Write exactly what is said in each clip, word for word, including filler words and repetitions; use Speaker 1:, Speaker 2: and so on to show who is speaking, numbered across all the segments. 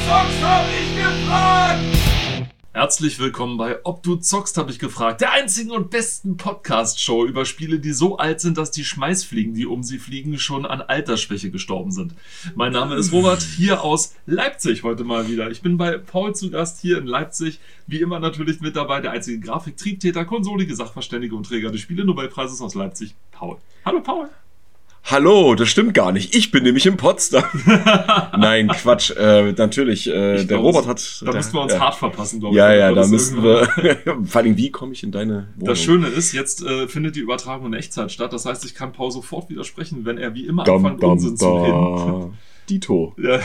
Speaker 1: zockst, hab ich gefragt! Herzlich willkommen bei Ob du zockst, hab ich gefragt. Der einzigen und besten Podcast-Show über Spiele, die so alt sind, dass die Schmeißfliegen, die um sie fliegen, schon an Altersschwäche gestorben sind. Mein Name ist Robert, hier aus Leipzig heute mal wieder. Ich bin bei Paul zu Gast hier in Leipzig. Wie immer natürlich mit dabei der einzige Grafiktriebtäter, konsolige Sachverständige und Träger des Spiele-Nobelpreises aus Leipzig, Paul. Hallo Paul.
Speaker 2: Hallo, das stimmt gar nicht. Ich bin nämlich in Potsdam. Nein, Quatsch. Äh, natürlich, äh, der
Speaker 1: glaub,
Speaker 2: Robert hat...
Speaker 1: Da
Speaker 2: der,
Speaker 1: müssten wir uns
Speaker 2: ja.
Speaker 1: hart verpassen, glaube ich.
Speaker 2: Ja, ja, da müssen wir... Vor allem, wie komme ich in deine Wohnung?
Speaker 1: Das Schöne ist, jetzt äh, findet die Übertragung in Echtzeit statt. Das heißt, ich kann Paul sofort widersprechen, wenn er wie immer
Speaker 2: dum,
Speaker 1: anfängt,
Speaker 2: dum,
Speaker 1: Unsinn zu reden.
Speaker 2: Dito.
Speaker 1: Ja.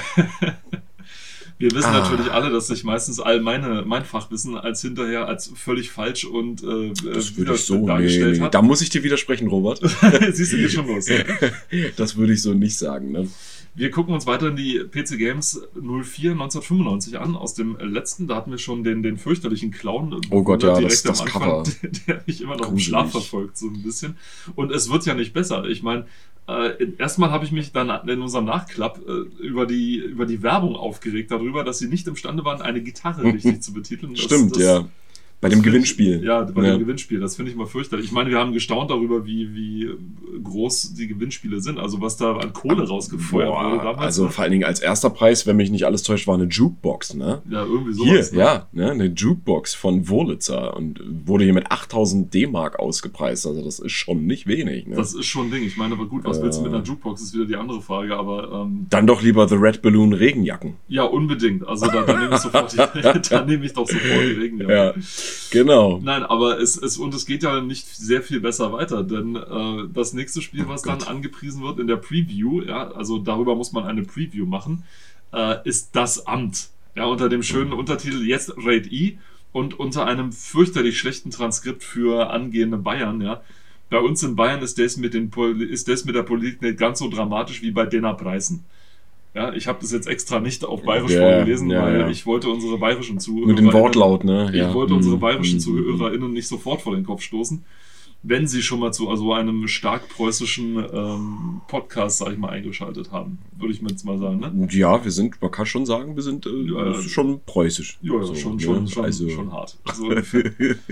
Speaker 1: Wir wissen
Speaker 2: Ah.
Speaker 1: natürlich alle, dass sich meistens all meine, mein Fachwissen als hinterher als völlig falsch und äh,
Speaker 2: Das würde ich so...
Speaker 1: dargestellt
Speaker 2: Nee, nee.
Speaker 1: hat.
Speaker 2: Da muss ich dir widersprechen, Robert.
Speaker 1: Siehst du, geht schon los.
Speaker 2: Das würde ich so nicht sagen, ne?
Speaker 1: Wir gucken uns weiterhin die P C Games null vier neunzehnhundertfünfundneunzig an, aus dem letzten. Da hatten wir schon den, den fürchterlichen Clown.
Speaker 2: Oh Gott, ja,
Speaker 1: direkt
Speaker 2: das, das
Speaker 1: am Anfang,
Speaker 2: Cover.
Speaker 1: Der, der mich immer noch im
Speaker 2: Gruselig.
Speaker 1: Schlaf verfolgt, so ein bisschen. Und es wird ja nicht besser. Ich meine, äh, erstmal habe ich mich dann in unserem Nachklapp äh, über, die, über die Werbung aufgeregt darüber, dass sie nicht imstande waren, eine Gitarre richtig zu betiteln. Das,
Speaker 2: Stimmt,
Speaker 1: das,
Speaker 2: ja. Bei dem
Speaker 1: das
Speaker 2: Gewinnspiel.
Speaker 1: Ich, ja, bei
Speaker 2: ja.
Speaker 1: dem Gewinnspiel. Das finde ich mal fürchterlich. Ich meine, wir haben gestaunt darüber, wie, wie groß die Gewinnspiele sind. Also was da an Kohle rausgefeuert
Speaker 2: Boah,
Speaker 1: wurde damals.
Speaker 2: also
Speaker 1: ne?
Speaker 2: vor allen Dingen als erster Preis, wenn mich nicht alles täuscht, war eine Jukebox, ne?
Speaker 1: Ja, irgendwie sowas.
Speaker 2: Hier,
Speaker 1: ne?
Speaker 2: ja, ne, eine Jukebox von Wurlitzer und wurde hier mit achttausend D-Mark ausgepreist. Also das ist schon nicht wenig. Ne?
Speaker 1: Das ist schon ein Ding. Ich meine, aber gut, was
Speaker 2: Äh,
Speaker 1: willst du mit einer Jukebox, ist wieder die andere Frage. Aber ähm,
Speaker 2: Dann doch lieber The Red Balloon Regenjacken.
Speaker 1: ja, unbedingt. Also da, da nehme ich sofort die, da nehme ich doch sofort die Regenjacke.
Speaker 2: Ja, genau.
Speaker 1: Nein, aber es, es und es geht ja nicht sehr viel besser weiter, denn äh, das nächste Spiel, was
Speaker 2: Oh Gott.
Speaker 1: dann angepriesen wird in der Preview, ja, also darüber muss man eine Preview machen, äh, ist Das Amt. Ja, unter dem schönen
Speaker 2: Mhm.
Speaker 1: Untertitel Jetzt Raid I und unter einem fürchterlich schlechten Transkript für angehende Bayern, ja. Bei uns in Bayern ist das mit, den, Pol- ist das mit der Politik nicht ganz so dramatisch wie bei Dena Preisen. Ja, ich habe das jetzt extra nicht auf Bayerisch
Speaker 2: Ja,
Speaker 1: vorgelesen,
Speaker 2: ja,
Speaker 1: weil
Speaker 2: ja.
Speaker 1: ich wollte unsere bayerischen Zuhörer...
Speaker 2: Nur den Wortlaut, ne?
Speaker 1: Ich
Speaker 2: Ja.
Speaker 1: wollte unsere
Speaker 2: Mhm.
Speaker 1: bayerischen
Speaker 2: Mhm.
Speaker 1: ZuhörerInnen nicht sofort vor den Kopf stoßen, wenn sie schon mal zu also einem stark preußischen ähm, Podcast, sag ich mal, eingeschaltet haben. Würde ich mir jetzt mal sagen, ne?
Speaker 2: Ja, wir sind, man kann schon sagen, wir sind äh,
Speaker 1: Ja,
Speaker 2: das ist schon preußisch.
Speaker 1: Ja, ja,
Speaker 2: So,
Speaker 1: schon,
Speaker 2: ne?
Speaker 1: schon, schon,
Speaker 2: also,
Speaker 1: schon hart. So ungefähr.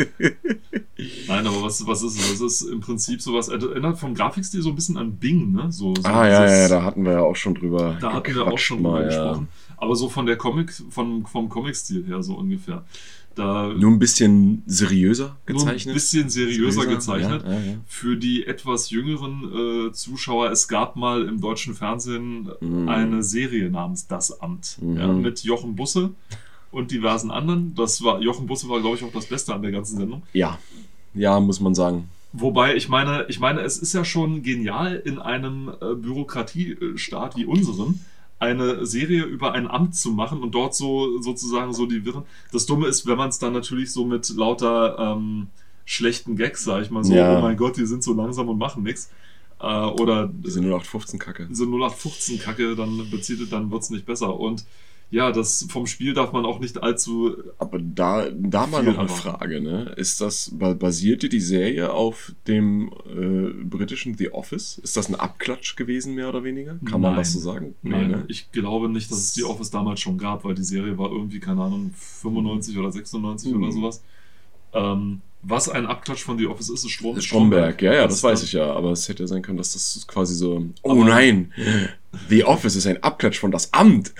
Speaker 1: Nein, aber was, was ist es? Das ist im Prinzip sowas, erinnert vom Grafikstil so ein bisschen an Bing, ne? So, so
Speaker 2: ah, ja,
Speaker 1: dieses-
Speaker 2: ja, da hatten wir ja auch schon drüber
Speaker 1: Da hatten wir auch
Speaker 2: gequatscht
Speaker 1: schon drüber
Speaker 2: mal, ja.
Speaker 1: gesprochen. Aber so von der Comic, von, vom Comic-Stil her so ungefähr. Da
Speaker 2: Nur ein bisschen seriöser
Speaker 1: nur
Speaker 2: gezeichnet.
Speaker 1: ein bisschen seriöser, gezeichnet.
Speaker 2: Ja, ja, ja.
Speaker 1: Für die etwas jüngeren äh, Zuschauer, es gab mal im deutschen Fernsehen
Speaker 2: Mhm.
Speaker 1: eine Serie namens Das Amt.
Speaker 2: Mhm.
Speaker 1: Ja, mit Jochen Busse und diversen anderen. Das war, Jochen Busse war, glaube ich, auch das Beste an der ganzen Sendung.
Speaker 2: Ja, ja, muss man sagen.
Speaker 1: Wobei, ich meine, ich meine, es ist ja schon genial, in einem äh, Bürokratiestaat wie unserem eine Serie über ein Amt zu machen und dort so sozusagen so die Wirren. Das Dumme ist, wenn man es dann natürlich so mit lauter ähm, schlechten Gags, sag ich mal so,
Speaker 2: Ja.
Speaker 1: oh mein Gott, die sind so langsam und machen nichts. Äh, oder
Speaker 2: Diese null acht fünfzehn Kacke.
Speaker 1: so null acht fünfzehn Kacke, dann bezieht, dann wird's nicht besser. Und ja, das vom Spiel darf man auch nicht allzu.
Speaker 2: Aber da, da mal
Speaker 1: Viel
Speaker 2: noch eine
Speaker 1: aber.
Speaker 2: Frage, ne? Ist das, ba- basierte die Serie auf dem äh, britischen The Office? Ist das ein Abklatsch gewesen, mehr oder weniger? Kann man
Speaker 1: Nein.
Speaker 2: das so sagen?
Speaker 1: Nein,
Speaker 2: ne?
Speaker 1: ich glaube nicht, dass es die Office damals schon gab, weil die Serie war irgendwie, keine Ahnung, fünfundneunzig oder sechsundneunzig
Speaker 2: Mhm.
Speaker 1: oder sowas. Ähm, was ein Abklatsch von The Office ist, ist Strom
Speaker 2: Stromberg, ja, ja, das,
Speaker 1: Das-
Speaker 2: weiß ich ja. Aber es hätte ja sein können, dass das quasi so. Oh
Speaker 1: Aber-
Speaker 2: nein! The Office ist ein Abklatsch von das Amt!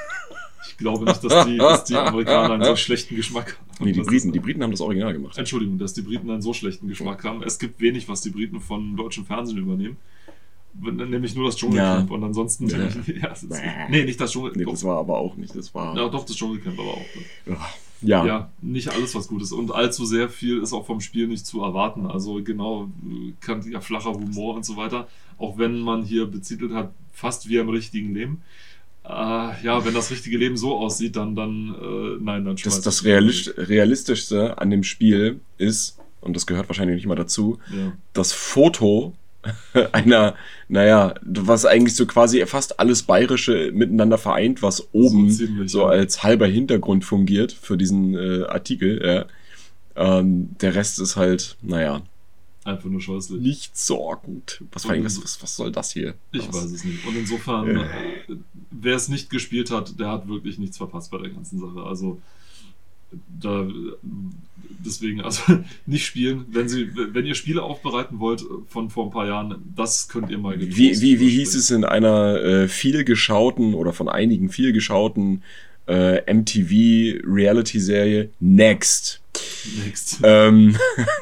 Speaker 1: Ich glaube nicht, dass die, dass die Amerikaner einen so schlechten Geschmack haben.
Speaker 2: Nee, die
Speaker 1: Das
Speaker 2: Briten,
Speaker 1: ist-
Speaker 2: die Briten haben das Original gemacht.
Speaker 1: Entschuldigung, dass die Briten einen so schlechten Geschmack haben. Es gibt wenig, was die Briten von deutschen Fernsehen übernehmen. Nämlich nur das Dschungelcamp.
Speaker 2: Ja.
Speaker 1: Und ansonsten.
Speaker 2: Ja.
Speaker 1: Ja, es ist,
Speaker 2: Bäh.
Speaker 1: nee, nicht das Dschungelcamp.
Speaker 2: Nee, das war aber auch nicht. Das war.
Speaker 1: ja, doch, das Dschungelcamp aber auch. Ne?
Speaker 2: Ja.
Speaker 1: Ja, nicht alles was gut ist. Und allzu sehr viel ist auch vom Spiel nicht zu erwarten. Also genau, kann ja flacher Humor und so weiter. Auch wenn man hier betitelt hat, fast wie im richtigen Leben. Äh, ja, wenn das richtige Leben so aussieht, dann, dann äh, nein, dann
Speaker 2: Das,
Speaker 1: schmeiß
Speaker 2: das
Speaker 1: ich-
Speaker 2: Realist, Realistischste an dem Spiel ist, und das gehört wahrscheinlich nicht mal dazu,
Speaker 1: Ja.
Speaker 2: das Foto einer, naja, was eigentlich so quasi fast alles Bayerische miteinander vereint, was oben
Speaker 1: So ziemlich,
Speaker 2: so
Speaker 1: ja.
Speaker 2: als halber Hintergrund fungiert für diesen äh, Artikel. Ja. Ähm, der Rest ist halt, naja,
Speaker 1: Einfach nur scheußlich.
Speaker 2: Nicht so gut. Was, war was, was, was soll das hier?
Speaker 1: Ich
Speaker 2: was?
Speaker 1: weiß es nicht. Und insofern, äh. wer es nicht gespielt hat, der hat wirklich nichts verpasst bei der ganzen Sache. Also da deswegen, also nicht spielen. Wenn sie, wenn ihr Spiele aufbereiten wollt von vor ein paar Jahren, das könnt ihr mal getrost
Speaker 2: Wie, wie, wie hieß es in einer äh, viel geschauten oder von einigen viel geschauten äh, M T V-Reality-Serie? Next.
Speaker 1: Next.
Speaker 2: Ähm,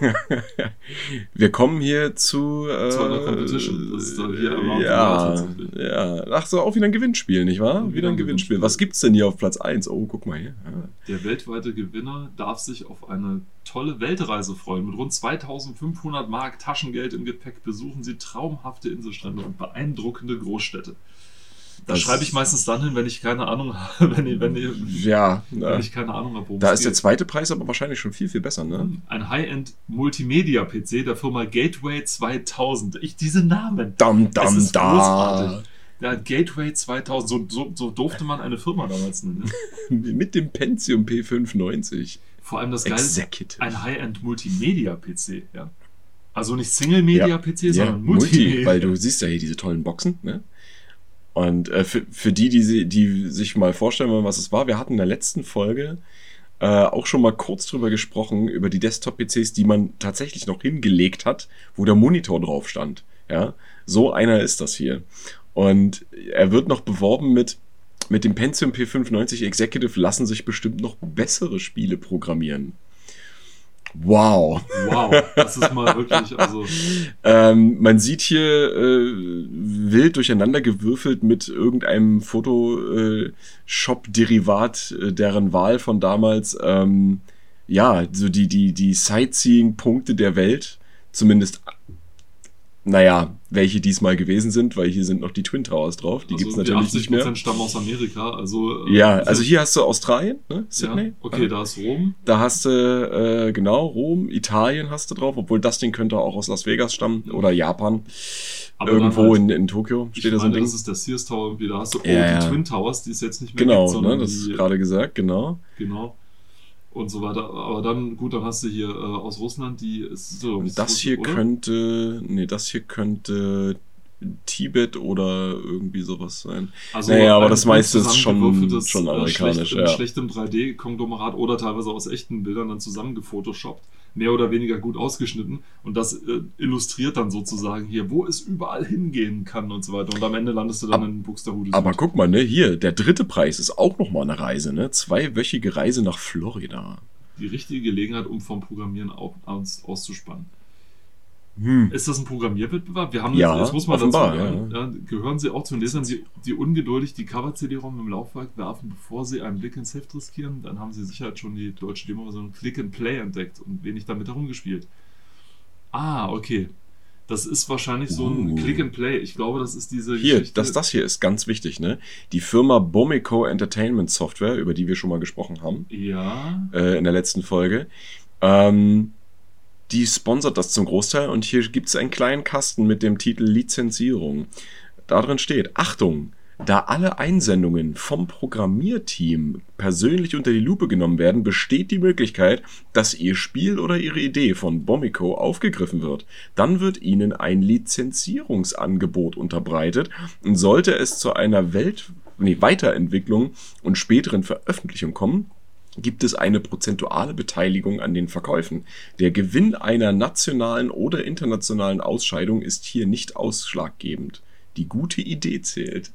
Speaker 2: wir kommen hier zu, äh,
Speaker 1: zu einer Competition. Das ist dann hier Around the
Speaker 2: ja,
Speaker 1: World tatsächlich.
Speaker 2: Ja, ach so, auch wieder ein Gewinnspiel, nicht wahr?
Speaker 1: Wieder
Speaker 2: Wieder ein
Speaker 1: ein
Speaker 2: Gewinnspiel.
Speaker 1: Gewinnspiel.
Speaker 2: Was gibt's denn hier auf Platz eins? Oh, guck mal hier. Ah.
Speaker 1: Der weltweite Gewinner darf sich auf eine tolle Weltreise freuen. Mit rund zweitausendfünfhundert Mark Taschengeld im Gepäck besuchen Sie traumhafte Inselstrände und beeindruckende Großstädte. Da
Speaker 2: Das
Speaker 1: schreibe ich meistens dann hin, wenn ich keine Ahnung habe, wenn, ich- wenn, ich-
Speaker 2: Ja,
Speaker 1: wenn
Speaker 2: na,
Speaker 1: ich keine Ahnung habe, worum
Speaker 2: da
Speaker 1: es
Speaker 2: ist der
Speaker 1: geht.
Speaker 2: zweite Preis aber wahrscheinlich schon viel, viel besser, ne?
Speaker 1: Ein High-End-Multimedia-P C der Firma Gateway zweitausend. Ich, diese Namen.
Speaker 2: Dam,
Speaker 1: Es
Speaker 2: dam,
Speaker 1: ist
Speaker 2: da.
Speaker 1: großartig. Ja, Gateway zweitausend, so, so, so durfte man eine Firma damals nennen. Ne?
Speaker 2: Mit dem Pentium P fünfhundneunzig.
Speaker 1: Vor allem das Geile ist,
Speaker 2: Executive.
Speaker 1: ein High-End-Multimedia-P C. Ja. Also nicht Single-Media-P C,
Speaker 2: Ja,
Speaker 1: sondern
Speaker 2: Multi,
Speaker 1: Multimedia.
Speaker 2: weil du siehst ja hier diese tollen Boxen, ne? Und äh, für, für die, die, sie- die sich mal vorstellen wollen, was es war, wir hatten in der letzten Folge äh, auch schon mal kurz drüber gesprochen, über die Desktop-P Cs, die man tatsächlich noch hingelegt hat, wo der Monitor drauf stand. Ja, so einer ist das hier. Und er wird noch beworben mit, mit dem Pentium P fünfundneunzig Executive lassen sich bestimmt noch bessere Spiele programmieren. Wow.
Speaker 1: Wow, das ist mal wirklich, also
Speaker 2: Ähm, man sieht hier äh, wild durcheinander gewürfelt mit irgendeinem Photoshop-Derivat äh, deren Wahl von damals. Ähm, ja, so die, die, die Sightseeing-Punkte der Welt. Zumindest, naja, welche diesmal gewesen sind, weil hier sind noch die Twin Towers drauf. Die
Speaker 1: also
Speaker 2: gibt's
Speaker 1: die
Speaker 2: natürlich
Speaker 1: achtzig
Speaker 2: nicht mehr.
Speaker 1: Prozent stammen aus Amerika. Also, äh,
Speaker 2: Ja, also hier hast du Australien, ne? Sydney.
Speaker 1: ja, okay, da ist Rom.
Speaker 2: Da hast du, äh, genau, Rom, Italien hast du drauf, obwohl das Ding könnte auch aus Las Vegas stammen oder Japan.
Speaker 1: Aber
Speaker 2: Irgendwo
Speaker 1: dann halt,
Speaker 2: in, in Tokio
Speaker 1: ich
Speaker 2: steht da so ein
Speaker 1: meine,
Speaker 2: Ding.
Speaker 1: das ist der Sears Tower irgendwie, da hast du oh,
Speaker 2: Ja, ja.
Speaker 1: die Twin Towers, die es jetzt nicht mehr
Speaker 2: Genau,
Speaker 1: gibt, sondern
Speaker 2: ne, das ist
Speaker 1: die,
Speaker 2: gerade gesagt, genau.
Speaker 1: genau, und so weiter. Aber dann, gut, dann hast du hier äh, aus Russland, die ist so,
Speaker 2: Und
Speaker 1: ist
Speaker 2: das hier
Speaker 1: oder?
Speaker 2: könnte, nee, das hier könnte Tibet oder irgendwie sowas sein.
Speaker 1: Also
Speaker 2: Naja, aber
Speaker 1: ein
Speaker 2: das meiste ist
Speaker 1: zusammengewürfeltes,
Speaker 2: schon- schon
Speaker 1: äh,
Speaker 2: amerikanisch,
Speaker 1: schlecht,
Speaker 2: ja.
Speaker 1: in schlechtem drei D-Konglomerat oder teilweise aus echten Bildern dann zusammengefotoshoppt, mehr oder weniger gut ausgeschnitten und das äh, illustriert dann sozusagen hier, wo es überall hingehen kann und so weiter und am Ende landest du dann
Speaker 2: Ab-
Speaker 1: in Buxtehude.
Speaker 2: Aber
Speaker 1: Süd.
Speaker 2: guck mal, ne, hier, der dritte Preis ist auch nochmal eine Reise, ne? Zweiwöchige Reise nach Florida.
Speaker 1: Die richtige Gelegenheit, um vom Programmieren auch aus, auszuspannen.
Speaker 2: Hm.
Speaker 1: Ist das ein Programmierwettbewerb? Wir haben
Speaker 2: Ja,
Speaker 1: jetzt, jetzt muss man
Speaker 2: offenbar,
Speaker 1: dazu
Speaker 2: ja.
Speaker 1: sagen, ja, gehören Sie auch zu den Lesern, die, die ungeduldig die Cover-C D-ROM im Laufwerk werfen, bevor sie einen Blick ins Heft riskieren. Dann haben sie sicher schon die deutsche Demo-Version Click and Play entdeckt und wenig damit herumgespielt. Ah, okay. Das ist wahrscheinlich so ein
Speaker 2: Uh.
Speaker 1: Click and Play. Ich glaube, das ist diese
Speaker 2: Hier,
Speaker 1: Geschichte.
Speaker 2: das, das hier ist ganz wichtig, ne? Die Firma Bomico Entertainment Software, über die wir schon mal gesprochen haben,
Speaker 1: Ja.
Speaker 2: äh, in der letzten Folge, ähm, die sponsert das zum Großteil und hier gibt es einen kleinen Kasten mit dem Titel Lizenzierung. Da drin steht, Achtung, da alle Einsendungen vom Programmierteam persönlich unter die Lupe genommen werden, besteht die Möglichkeit, dass Ihr Spiel oder Ihre Idee von Bomico aufgegriffen wird. Dann wird Ihnen ein Lizenzierungsangebot unterbreitet und sollte es zu einer Welt, nee, Weiterentwicklung und späteren Veröffentlichung kommen, gibt es eine prozentuale Beteiligung an den Verkäufen. Der Gewinn einer nationalen oder internationalen Ausscheidung ist hier nicht ausschlaggebend. Die gute Idee zählt.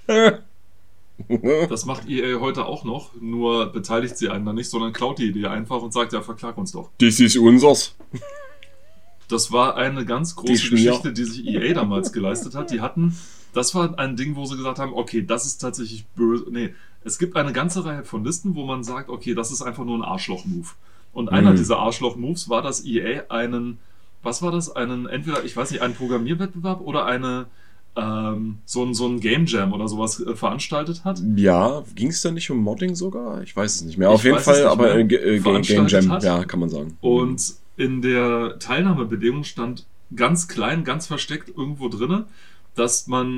Speaker 1: Das macht E A heute auch noch, nur beteiligt sie einen dann nicht, sondern klaut die Idee einfach und sagt, ja, verklag uns doch.
Speaker 2: Das ist unsers.
Speaker 1: Das war eine ganz
Speaker 2: Die
Speaker 1: große
Speaker 2: Schmier.
Speaker 1: Geschichte, die sich E A damals geleistet hat. Die hatten, das war ein Ding, wo sie gesagt haben, okay, das ist tatsächlich böse. Nee, es gibt eine ganze Reihe von Listen, wo man sagt, okay, das ist einfach nur ein Arschloch-Move. Und einer
Speaker 2: Mhm.
Speaker 1: dieser Arschloch-Moves war, dass E A einen, was war das? Einen, entweder, ich weiß nicht, einen Programmierwettbewerb oder eine, ähm, so ein, so ein Game Jam oder sowas äh, veranstaltet hat.
Speaker 2: Ja, ging es da nicht um Modding sogar? Ich weiß es nicht mehr.
Speaker 1: Ich
Speaker 2: Auf jeden
Speaker 1: weiß es
Speaker 2: Fall,
Speaker 1: nicht
Speaker 2: aber
Speaker 1: mehr.
Speaker 2: äh, Ge- äh, Game
Speaker 1: Veranstaltet
Speaker 2: Jam,
Speaker 1: hat.
Speaker 2: ja, kann man sagen.
Speaker 1: Und in der Teilnahmebedingung stand ganz klein, ganz versteckt irgendwo drinne, dass man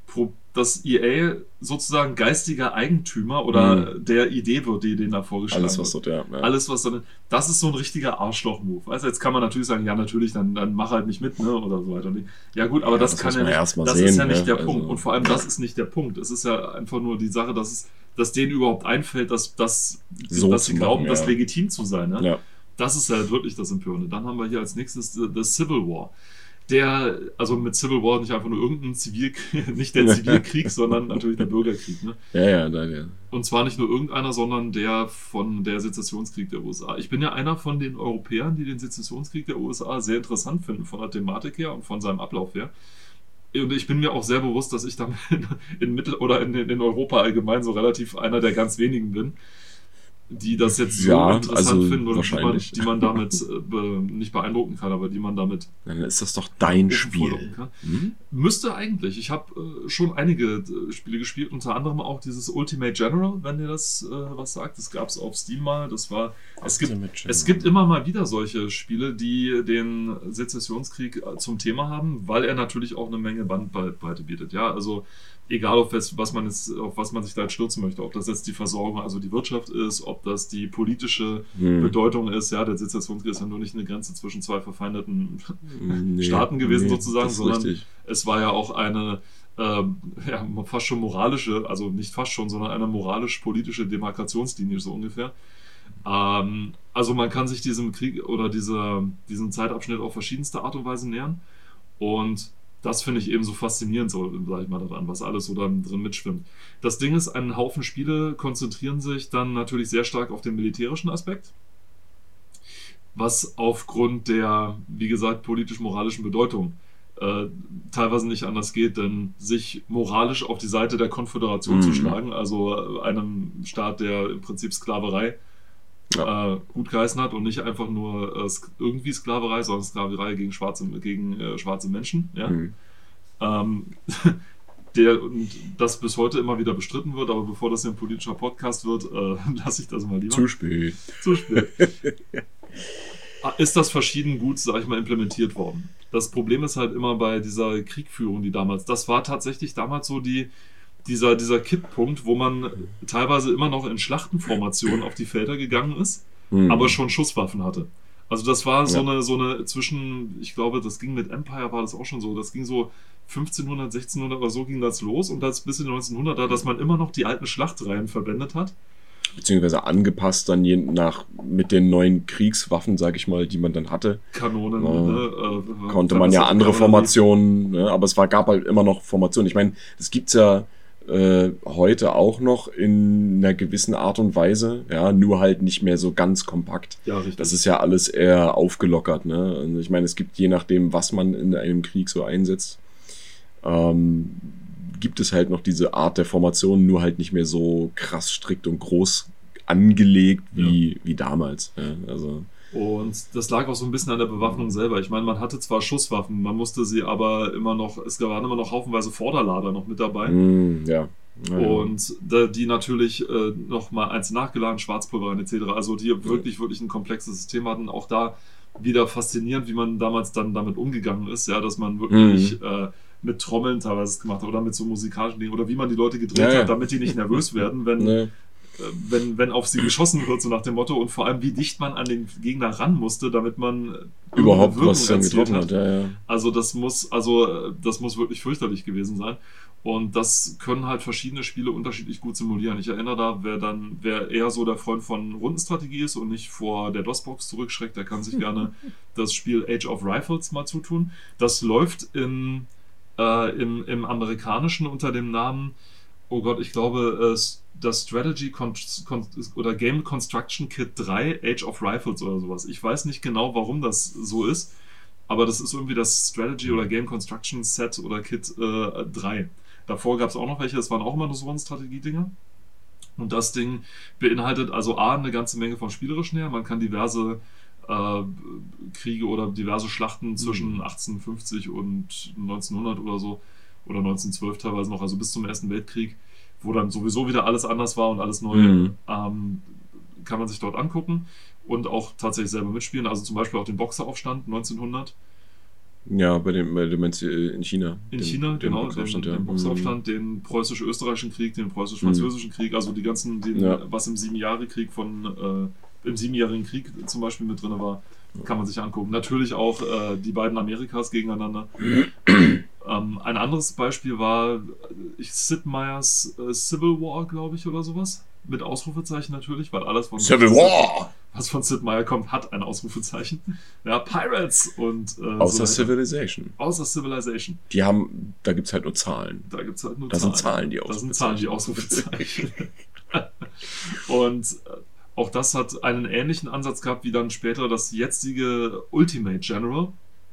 Speaker 1: dass E A sozusagen geistiger Eigentümer oder mhm. der Idee wird, die denen da vorgeschlagen
Speaker 2: Alles, was
Speaker 1: wird.
Speaker 2: So, ja, ja.
Speaker 1: Alles, was dann, das ist so ein richtiger Arschloch-Move. Also jetzt kann man natürlich sagen, ja, natürlich, dann, dann mach halt nicht mit, ne, oder so weiter. Ja gut, aber
Speaker 2: ja,
Speaker 1: das,
Speaker 2: das
Speaker 1: kann ja nicht, das
Speaker 2: sehen,
Speaker 1: ist ja nicht
Speaker 2: ne?
Speaker 1: der
Speaker 2: also.
Speaker 1: Punkt. Und vor allem, das ist nicht der Punkt. Es ist ja einfach nur die Sache, dass es, dass denen überhaupt einfällt, dass, dass,
Speaker 2: so
Speaker 1: dass sie
Speaker 2: machen,
Speaker 1: glauben,
Speaker 2: ja.
Speaker 1: das legitim zu sein. Ne?
Speaker 2: Ja.
Speaker 1: Das ist ja wirklich das Empörende. Dann haben wir hier als nächstes The Civil War. Der, also mit Civil War nicht einfach nur irgendein Zivilkrieg, nicht der Zivilkrieg, sondern natürlich der Bürgerkrieg. Ne?
Speaker 2: Ja, ja, da, ja.
Speaker 1: Und zwar nicht nur irgendeiner, sondern der von der Sezessionskrieg der U S A. Ich bin ja einer von den Europäern, die den Sezessionskrieg der U S A sehr interessant finden, von der Thematik her und von seinem Ablauf her. Und ich bin mir auch sehr bewusst, dass ich damit in Mittel- oder in, in Europa allgemein so relativ einer der ganz wenigen bin, die das jetzt so
Speaker 2: ja,
Speaker 1: interessant
Speaker 2: also
Speaker 1: finden oder die man, die man damit äh, be, nicht beeindrucken kann, aber die man damit
Speaker 2: dann ist das doch dein Spiel.
Speaker 1: Kann. Mhm. Müsste eigentlich. Ich habe äh, schon einige äh, Spiele gespielt, unter anderem auch dieses Ultimate General, wenn ihr das äh, was sagt. Das gab es auf Steam mal. Das war. Es gibt, es gibt immer mal wieder solche Spiele, die den Sezessionskrieg zum Thema haben, weil er natürlich auch eine Menge Bandbreite bietet. Ja, also egal auf was, was man jetzt, auf was man sich da jetzt stürzen möchte, ob das jetzt die Versorgung, also die Wirtschaft ist, ob das die politische hm. Bedeutung ist, ja, der Sezessionskrieg ist ja nur nicht eine Grenze zwischen zwei verfeindeten nee, Staaten gewesen nee, sozusagen, sondern richtig. Es war ja auch eine ähm, ja, fast schon moralische, also nicht fast schon, sondern eine moralisch-politische Demarkationslinie so ungefähr. Ähm, also man kann sich diesem Krieg oder dieser, diesem Zeitabschnitt auf verschiedenste Art und Weise nähern und das finde ich eben so faszinierend, so, sag ich mal, daran, was alles so da drin mitschwimmt. Das Ding ist, ein Haufen Spiele konzentrieren sich dann natürlich sehr stark auf den militärischen Aspekt, was aufgrund der, wie gesagt, politisch-moralischen Bedeutung äh, teilweise nicht anders geht, denn sich moralisch auf die Seite der Konföderation mhm. zu schlagen, also einem Staat, der im Prinzip Sklaverei Ja. Äh, gut geheißen hat und nicht einfach nur äh, irgendwie Sklaverei, sondern Sklaverei gegen schwarze, gegen, äh, schwarze Menschen. Ja? Mhm. Ähm, der, und das bis heute immer wieder bestritten wird, aber bevor das hier ein politischer Podcast wird, äh, lasse ich das mal lieber.
Speaker 2: Zu spät.
Speaker 1: Zu spät. Ist das verschieden gut, sag ich mal, implementiert worden. Das Problem ist halt immer bei dieser Kriegführung, die damals, das war tatsächlich damals so die Dieser, dieser Kipppunkt, wo man teilweise immer noch in Schlachtenformationen auf die Felder gegangen ist, mhm. aber schon Schusswaffen hatte. Also das war so ja. eine, so eine zwischen, ich glaube, das ging mit Empire, war das auch schon so, das ging so fünfzehnhundert, sechzehnhundert oder so ging das los und das bis in neunzehnhundert da, dass man immer noch die alten Schlachtreihen verwendet hat.
Speaker 2: Beziehungsweise angepasst dann je nach mit den neuen Kriegswaffen, sag ich mal, die man dann hatte.
Speaker 1: Kanonen,
Speaker 2: äh,
Speaker 1: ne? Äh,
Speaker 2: konnte man ja andere Formationen, ne? Aber es war, gab halt immer noch Formationen. Ich meine, das gibt's ja äh, heute auch noch in einer gewissen Art und Weise, ja, nur halt nicht mehr so ganz kompakt.
Speaker 1: Ja, richtig.
Speaker 2: Das ist ja alles eher aufgelockert, ne? Und ich meine, es gibt je nachdem, was man in einem Krieg so einsetzt, ähm, gibt es halt noch diese Art der Formation, nur halt nicht mehr so krass strikt und groß angelegt wie, ja. wie damals. Ja, also.
Speaker 1: Und das lag auch so ein bisschen an der Bewaffnung selber. Ich meine, man hatte zwar Schusswaffen, man musste sie aber immer noch, es waren immer noch haufenweise Vorderlader noch mit dabei.
Speaker 2: Mm, ja. Ja,
Speaker 1: und ja. die natürlich äh, nochmal eins nachgeladen, Schwarzpulver et cetera. Also die wirklich, wirklich ein komplexes System hatten. Auch da wieder faszinierend, wie man damals dann damit umgegangen ist, ja, dass man wirklich mm. äh, mit Trommeln teilweise gemacht hat oder mit so musikalischen Dingen oder wie man die Leute gedreht ja, ja. hat, damit die nicht nervös werden, wenn, nee. äh, wenn, wenn auf sie geschossen wird, so nach dem Motto, und vor allem, wie dicht man an den Gegner ran musste, damit man
Speaker 2: überhaupt was dann getroffen hat. Ja, ja.
Speaker 1: Also das muss, also das muss wirklich fürchterlich gewesen sein. Und das können halt verschiedene Spiele unterschiedlich gut simulieren. Ich erinnere da, wer dann, wer eher so der Freund von Rundenstrategie ist und nicht vor der DOS-Box zurückschreckt, der kann sich gerne das Spiel Age of Rifles mal zutun. Das läuft in Äh, im, im Amerikanischen unter dem Namen, oh Gott, ich glaube, äh, das Strategy Con- Con- oder Game Construction Kit drei, Age of Rifles oder sowas. Ich weiß nicht genau, warum das so ist, aber das ist irgendwie das Strategy oder Game Construction Set oder Kit äh, drei. Davor gab es auch noch welche, das waren auch immer nur so Strategie-Dinger. Und das Ding beinhaltet also A, eine ganze Menge vom Spielerischen her. Man kann diverse Äh, Kriege oder diverse Schlachten zwischen mhm. achtzehnhundertfünfzig und neunzehnhundert oder so oder neunzehnhundertzwölf teilweise noch, also bis zum Ersten Weltkrieg, wo dann sowieso wieder alles anders war und alles neu, mhm. ähm, kann man sich dort angucken und auch tatsächlich selber mitspielen, also zum Beispiel auch den Boxeraufstand neunzehnhundert
Speaker 2: Ja, bei dem, bei, du meinst äh, in China.
Speaker 1: In
Speaker 2: den,
Speaker 1: China,
Speaker 2: den
Speaker 1: genau,
Speaker 2: Boxaufstand,
Speaker 1: den,
Speaker 2: ja.
Speaker 1: den Boxaufstand, den preußisch-österreichischen Krieg, den preußisch-französischen Krieg, also die ganzen, den,
Speaker 2: Ja.
Speaker 1: was im Siebenjährigen-Krieg von, äh, im Siebenjährigen Krieg zum Beispiel mit drin war, kann man sich angucken. Natürlich auch äh, die beiden Amerikas gegeneinander. ähm, ein anderes Beispiel war ich, Sid Meier's äh, Civil War, glaube ich, oder sowas. Mit Ausrufezeichen natürlich, weil alles von
Speaker 2: Civil War!
Speaker 1: was von Sid Meier kommt, hat ein Ausrufezeichen. Ja, Pirates und äh,
Speaker 2: Außer
Speaker 1: so weiter.
Speaker 2: Civilization.
Speaker 1: Außer Civilization.
Speaker 2: Die haben, da gibt es halt nur Zahlen.
Speaker 1: Da gibt es halt nur
Speaker 2: Da
Speaker 1: Zahlen.
Speaker 2: sind Zahlen, die
Speaker 1: Da sind Zahlen, die
Speaker 2: Ausrufezeichen.
Speaker 1: Ausrufezeichen. Und äh, auch das hat einen ähnlichen Ansatz gehabt wie dann später das jetzige Ultimate General,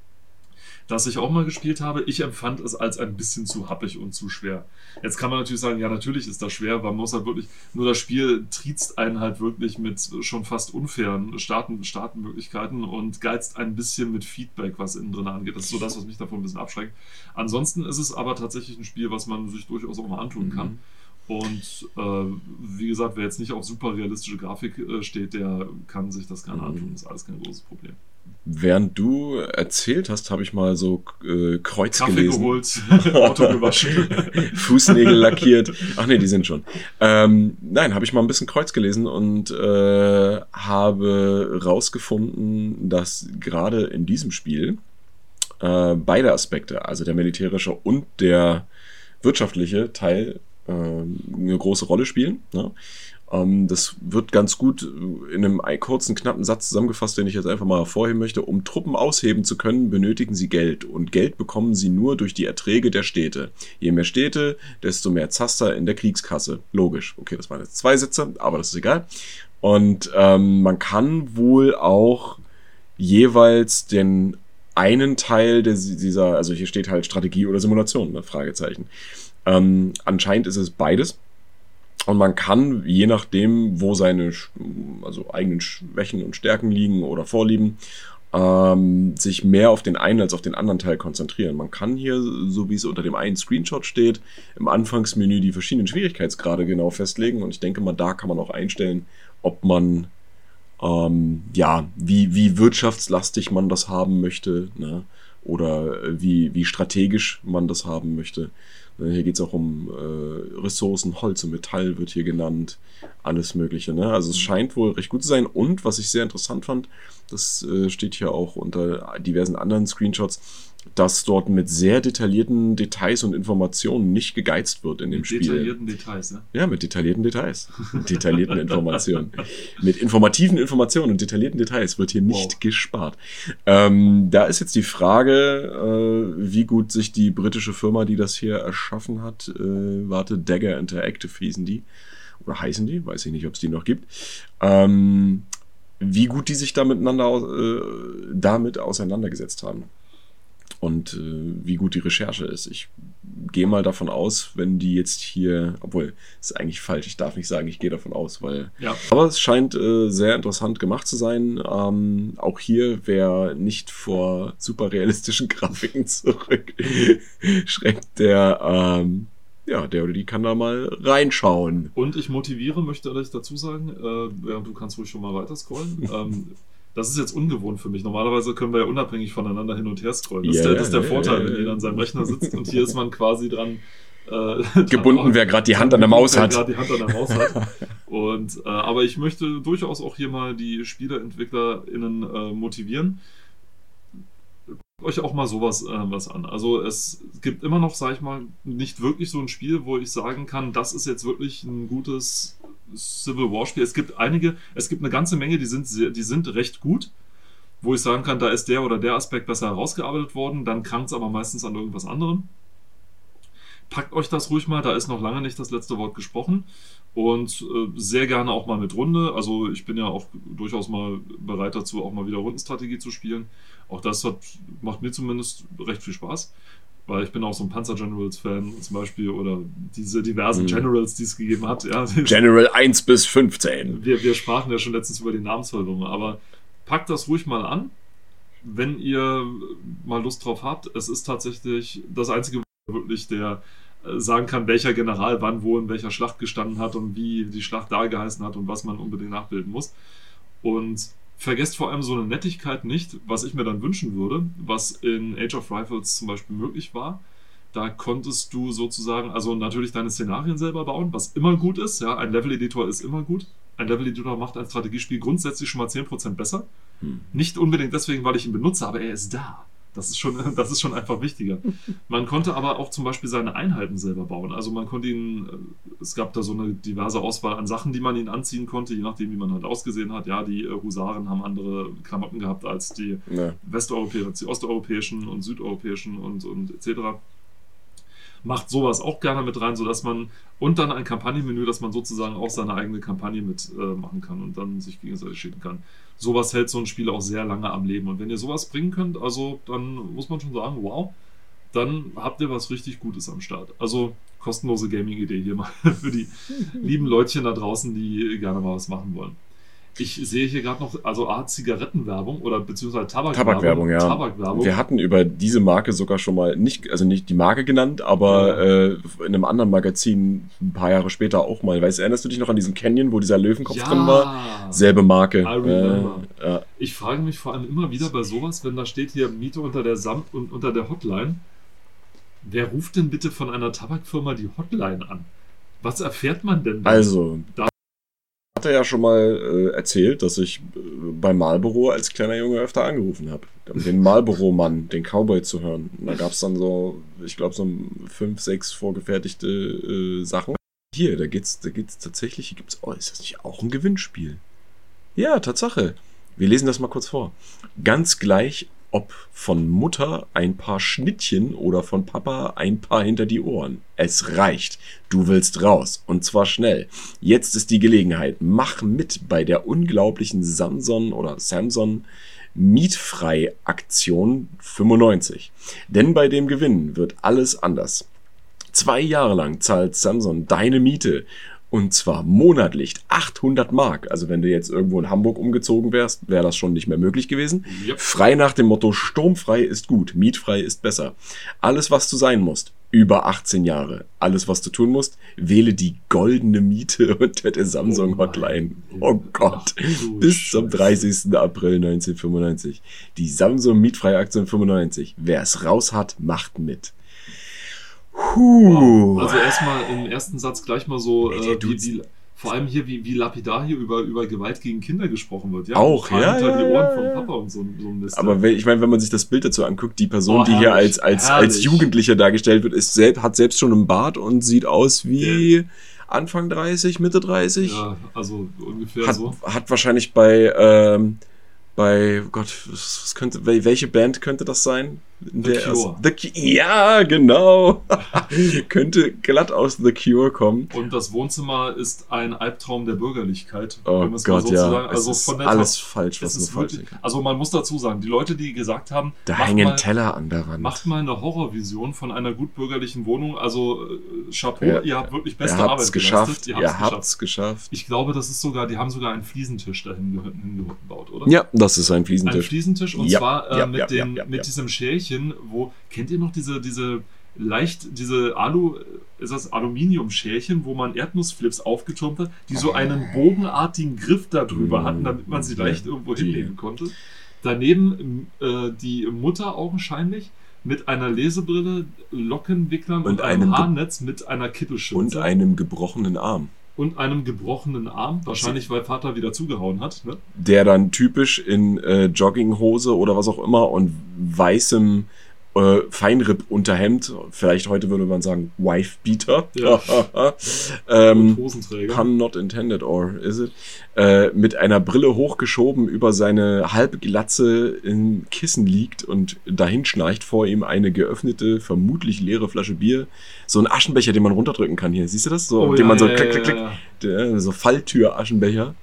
Speaker 1: das ich auch mal gespielt habe. Ich empfand es als ein bisschen zu happig und zu schwer. Jetzt kann man natürlich sagen, ja, natürlich ist das schwer, weil man muss halt wirklich, nur das Spiel triezt einen halt wirklich mit schon fast unfairen Starten, Startmöglichkeiten und geizt ein bisschen mit Feedback, was innen drin angeht. Das ist so das, was mich davon ein bisschen abschreckt. Ansonsten ist es aber tatsächlich ein Spiel, was man sich durchaus auch mal antun kann.
Speaker 2: Mhm.
Speaker 1: Und äh, wie gesagt, wer jetzt nicht auf super realistische Grafik äh, steht, der kann sich das gerne antun. Das ist alles kein großes Problem.
Speaker 2: Während du erzählt hast, habe ich mal so äh, Kreuz
Speaker 1: Kaffee
Speaker 2: gelesen.
Speaker 1: geholt, Auto gewaschen.
Speaker 2: Fußnägel lackiert. Ach nee, die sind schon. Ähm, nein, habe ich mal ein bisschen Kreuz gelesen und äh, habe rausgefunden, dass gerade in diesem Spiel äh, beide Aspekte, also der militärische und der wirtschaftliche Teil, äh, eine große Rolle spielen. Ne? Ähm, das wird ganz gut in einem kurzen, knappen Satz zusammengefasst, den ich jetzt einfach mal hervorheben möchte. Um Truppen ausheben zu können, benötigen sie Geld. Und Geld bekommen sie nur durch die Erträge der Städte. Je mehr Städte, desto mehr Zaster in der Kriegskasse. Logisch. Okay, das waren jetzt zwei Sätze, aber das ist egal. Und ähm, man kann wohl auch jeweils den einen Teil des, dieser, also hier steht halt Strategie oder Simulation, ne, Fragezeichen. Ähm, anscheinend ist es beides. Und man kann, je nachdem, wo seine also eigenen Schwächen und Stärken liegen oder Vorlieben, ähm, sich mehr auf den einen als auf den anderen Teil konzentrieren. Man kann hier, so wie es unter dem einen Screenshot steht, im Anfangsmenü die verschiedenen Schwierigkeitsgrade genau festlegen. Und ich denke mal, da kann man auch einstellen, ob man, ähm, ja, wie, wie wirtschaftslastig man das haben möchte, ne? Oder wie, wie strategisch man das haben möchte. Hier geht es auch um äh, Ressourcen, Holz und Metall wird hier genannt, alles Mögliche. Ne? Also es scheint wohl recht gut zu sein. Und was ich sehr interessant fand, das äh, steht hier auch unter diversen anderen Screenshots, dass dort mit sehr detaillierten Details und Informationen nicht gegeizt wird in dem
Speaker 1: mit
Speaker 2: Spiel.
Speaker 1: Mit detaillierten Details, ne?
Speaker 2: Ja, mit detaillierten Details. Mit detaillierten Informationen. Mit informativen Informationen und detaillierten Details wird hier nicht wow. gespart. Ähm, da ist jetzt die Frage, äh, wie gut sich die britische Firma, die das hier erschaffen hat, äh, warte, Dagger Interactive hießen die, oder heißen die, weiß ich nicht, ob es die noch gibt, ähm, wie gut die sich da miteinander, äh, damit auseinandergesetzt haben. Und äh, wie gut die Recherche ist. Ich gehe mal davon aus, wenn die jetzt hier, obwohl, das ist eigentlich falsch, ich darf nicht sagen, ich gehe davon aus, weil...
Speaker 1: Ja.
Speaker 2: Aber es scheint äh, sehr interessant gemacht zu sein. Ähm, auch hier, wer nicht vor super realistischen Grafiken zurückschreckt, der, ähm, ja, der oder die kann da mal reinschauen.
Speaker 1: Und ich motiviere, möchte ich dazu sagen, äh, ja, du kannst ruhig schon mal weiter scrollen, ähm, das ist jetzt ungewohnt für mich. Normalerweise können wir ja unabhängig voneinander hin und her scrollen. Das, yeah, ist, der, das ist der yeah, Vorteil, yeah, wenn jeder an seinem Rechner sitzt. Und hier ist man quasi dran... Äh,
Speaker 2: gebunden, dran, wer gerade die Hand an der Maus hat.
Speaker 1: Wer die Hand an der Maus hat. Und, äh, aber ich möchte durchaus auch hier mal die SpieleentwicklerInnen äh, motivieren. Euch auch mal sowas äh, was an. Also es gibt immer noch, sag ich mal, nicht wirklich so ein Spiel, wo ich sagen kann, das ist jetzt wirklich ein gutes Civil War Spiel. Es gibt einige, es gibt eine ganze Menge, die sind sehr, die sind recht gut, wo ich sagen kann, da ist der oder der Aspekt besser herausgearbeitet worden, dann krankt es aber meistens an irgendwas anderem. Packt euch das ruhig mal, da ist noch lange nicht das letzte Wort gesprochen und äh, sehr gerne auch mal mit Runde. Also ich bin ja auch durchaus mal bereit dazu, auch mal wieder Rundenstrategie zu spielen. Auch das hat, macht mir zumindest recht viel Spaß, weil ich bin auch so ein Panzer-Generals-Fan zum Beispiel oder diese diversen mhm. Generals, die es gegeben hat. Ja.
Speaker 2: General eins bis fünfzehn.
Speaker 1: Wir, wir sprachen ja schon letztens über die Namensverwirrung, aber packt das ruhig mal an, wenn ihr mal Lust drauf habt. Es ist tatsächlich das einzige, wirklich der sagen kann, welcher General wann wo in welcher Schlacht gestanden hat und wie die Schlacht da geheißen hat und was man unbedingt nachbilden muss. Und vergesst vor allem so eine Nettigkeit nicht, was ich mir dann wünschen würde, was in Age of Rifles zum Beispiel möglich war. Da konntest du sozusagen, also natürlich deine Szenarien selber bauen, was immer gut ist. Ja, ein Level-Editor ist immer gut. Ein Level-Editor macht ein Strategiespiel grundsätzlich schon mal zehn Prozent besser. Hm. Nicht unbedingt deswegen, weil ich ihn benutze, aber er ist da. Das ist schon, das ist schon einfach wichtiger. Man konnte aber auch zum Beispiel seine Einheiten selber bauen. Also man konnte ihn, es gab da so eine diverse Auswahl an Sachen, die man ihn anziehen konnte, je nachdem, wie man halt ausgesehen hat. Ja, die Husaren haben andere Klamotten gehabt als die ja. westeuropäischen, die osteuropäischen und südeuropäischen und, und et cetera. Macht sowas auch gerne mit rein, sodass man, und dann ein Kampagnenmenü, dass man sozusagen auch seine eigene Kampagne mitmachen äh, kann und dann sich gegenseitig schicken kann. Sowas hält so ein Spiel auch sehr lange am Leben. Und wenn ihr sowas bringen könnt, also dann muss man schon sagen, wow, dann habt ihr was richtig Gutes am Start. Also kostenlose Gaming-Idee hier mal für die lieben Leutchen da draußen, die gerne mal was machen wollen. Ich sehe hier gerade noch, also A, Zigarettenwerbung oder beziehungsweise Tabakwerbung.
Speaker 2: Tabakwerbung, ja.
Speaker 1: Tabakwerbung.
Speaker 2: Wir hatten über diese Marke sogar schon mal, nicht, also nicht die Marke genannt, aber ja. äh, in einem anderen Magazin ein paar Jahre später auch mal. Weißt, erinnerst du dich noch an diesen Canyon, wo dieser Löwenkopf
Speaker 1: ja.
Speaker 2: drin war? Selbe Marke.
Speaker 1: Äh,
Speaker 2: ja.
Speaker 1: Ich frage mich vor allem immer wieder bei sowas, wenn da steht hier Miete unter der Samt und unter der Hotline. Wer ruft denn bitte von einer Tabakfirma die Hotline an? Was erfährt man denn da?
Speaker 2: Also, da hatte ja schon mal äh, erzählt, dass ich äh, bei Marlboro als kleiner Junge öfter angerufen habe, um den Marlboro-Mann, den Cowboy zu hören. Und da gab es dann so, ich glaube, so fünf, sechs vorgefertigte äh, Sachen. Hier, da geht's, da geht's tatsächlich, hier gibt's, oh, ist das nicht auch ein Gewinnspiel? Ja, Tatsache. Wir lesen das mal kurz vor. Ganz gleich, ob von Mutter ein paar Schnittchen oder von Papa ein paar hinter die Ohren. Es reicht. Du willst raus. Und zwar schnell. Jetzt ist die Gelegenheit. Mach mit bei der unglaublichen Samson oder Samson Mietfrei-Aktion fünfundneunzig. Denn bei dem Gewinn wird alles anders. Zwei Jahre lang zahlt Samson deine Miete. Und zwar monatlich achthundert Mark. Also wenn du jetzt irgendwo in Hamburg umgezogen wärst, wäre das schon nicht mehr möglich gewesen. Yep. Frei nach dem Motto, sturmfrei ist gut, mietfrei ist besser. Alles, was du sein musst, über achtzehn Jahre. Alles, was du tun musst, wähle die goldene Miete unter der Samsung Hotline. Oh Gott. Ach, bis zum dreißigsten April neunzehnhundertfünfundneunzig. Die Samsung Mietfreie Aktion fünfundneunzig. Wer es raus hat, macht mit.
Speaker 1: Wow. Also erstmal im ersten Satz gleich mal so, äh, wie, wie, vor allem hier, wie, wie lapidar hier über, über Gewalt gegen Kinder gesprochen wird. Ja,
Speaker 2: auch, ja,
Speaker 1: hinter
Speaker 2: ja,
Speaker 1: die Ohren
Speaker 2: ja,
Speaker 1: von
Speaker 2: ja.
Speaker 1: Papa und so, so ein Mist.
Speaker 2: Aber wenn, ich meine, wenn man sich das Bild dazu anguckt, die Person,
Speaker 1: oh,
Speaker 2: die hier als, als, als Jugendliche dargestellt wird, ist selbst, hat selbst schon einen Bart und sieht aus wie ja. Anfang dreißig, Mitte dreißig.
Speaker 1: Ja, also ungefähr
Speaker 2: hat,
Speaker 1: so.
Speaker 2: Hat wahrscheinlich bei... Ähm, Bei, Gott, was könnte, welche Band könnte das sein?
Speaker 1: The der Cure.
Speaker 2: The, ja, genau. Könnte glatt aus The Cure kommen.
Speaker 1: Und das Wohnzimmer ist ein Albtraum der Bürgerlichkeit.
Speaker 2: Oh Gott, so ja.
Speaker 1: Sagen. Also
Speaker 2: es ist
Speaker 1: von der
Speaker 2: alles
Speaker 1: Tat,
Speaker 2: falsch, was nur falsch ist.
Speaker 1: Also man muss dazu sagen, die Leute, die gesagt haben,
Speaker 2: da hängen mal, Teller an der Wand.
Speaker 1: Macht mal eine Horrorvision von einer gut bürgerlichen Wohnung. Also äh, Chapeau, ja, ihr habt wirklich beste
Speaker 2: ihr
Speaker 1: Arbeit
Speaker 2: geschafft.
Speaker 1: geleistet. Ihr,
Speaker 2: ihr
Speaker 1: habt's
Speaker 2: habt's geschafft.
Speaker 1: Ich glaube, das ist sogar, die haben sogar einen Fliesentisch dahin hingebaut, oder?
Speaker 2: Ja, das ist ein Fliesentisch.
Speaker 1: Ein Fliesentisch und
Speaker 2: ja,
Speaker 1: zwar äh,
Speaker 2: ja,
Speaker 1: mit,
Speaker 2: ja,
Speaker 1: den,
Speaker 2: ja, ja,
Speaker 1: mit
Speaker 2: ja.
Speaker 1: diesem Schälchen, wo, kennt ihr noch diese, diese leicht, diese Alu, ist das Aluminium-Schälchen, wo man Erdnussflips aufgetürmt hat, die so einen bogenartigen Griff da drüber hatten, damit man sie leicht irgendwo hinlegen konnte. Daneben äh, die Mutter augenscheinlich mit einer Lesebrille, Lockenwicklern und, und einem Haarnetz mit einer Kittelschürze.
Speaker 2: Und einem gebrochenen Arm.
Speaker 1: Und einem gebrochenen Arm, wahrscheinlich weil Vater wieder zugehauen hat. Ne?
Speaker 2: Der dann typisch in äh, Jogginghose oder was auch immer und weißem äh, Feinripp-Unterhemd, vielleicht heute würde man sagen Wife-Beater,
Speaker 1: ja.
Speaker 2: ähm,
Speaker 1: Hosenträger.
Speaker 2: Pun not intended, or is it? Äh, mit einer Brille hochgeschoben über seine halbe Glatze im Kissen liegt und dahin schnarcht vor ihm eine geöffnete, vermutlich leere Flasche Bier. So ein Aschenbecher, den man runterdrücken kann hier. Siehst du das? So,
Speaker 1: oh,
Speaker 2: den
Speaker 1: ja,
Speaker 2: man so
Speaker 1: ja,
Speaker 2: klick,
Speaker 1: ja,
Speaker 2: klick, klick.
Speaker 1: Ja, ja.
Speaker 2: Der, so Falltür-Aschenbecher.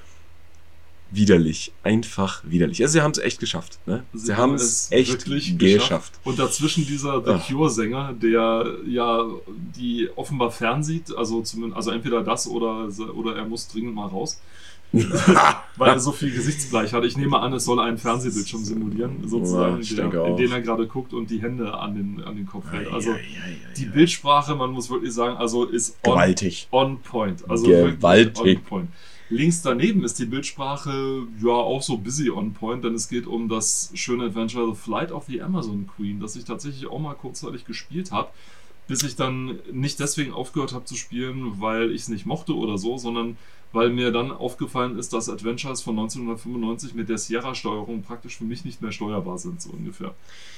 Speaker 2: Widerlich. Einfach widerlich. Also sie haben es echt geschafft. Ne? Sie, sie haben es echt geschafft. geschafft.
Speaker 1: Und dazwischen dieser The Cure-Sänger, der ja die offenbar fernsieht, also, zumindest, also entweder das oder, oder er muss dringend mal raus. Weil er so viel Gesichtsbleich hat. Ich nehme an, es soll einen Fernsehbildschirm simulieren, sozusagen,
Speaker 2: ja,
Speaker 1: der, in den er gerade guckt und die Hände an den, an den Kopf hält. Also ja, ja, ja, die Bildsprache, man muss wirklich sagen, also ist on,
Speaker 2: gewaltig.
Speaker 1: on point. Also
Speaker 2: gewaltig.
Speaker 1: On point. Links daneben ist die Bildsprache ja auch so busy on point, denn es geht um das schöne Adventure The Flight of the Amazon Queen, das ich tatsächlich auch mal kurzzeitig gespielt habe, bis ich dann nicht deswegen aufgehört habe zu spielen, weil ich es nicht mochte oder so, sondern weil mir dann aufgefallen ist, dass Adventures von neunzehnhundertfünfundneunzig mit der Sierra-Steuerung praktisch für mich nicht mehr steuerbar sind, so ungefähr.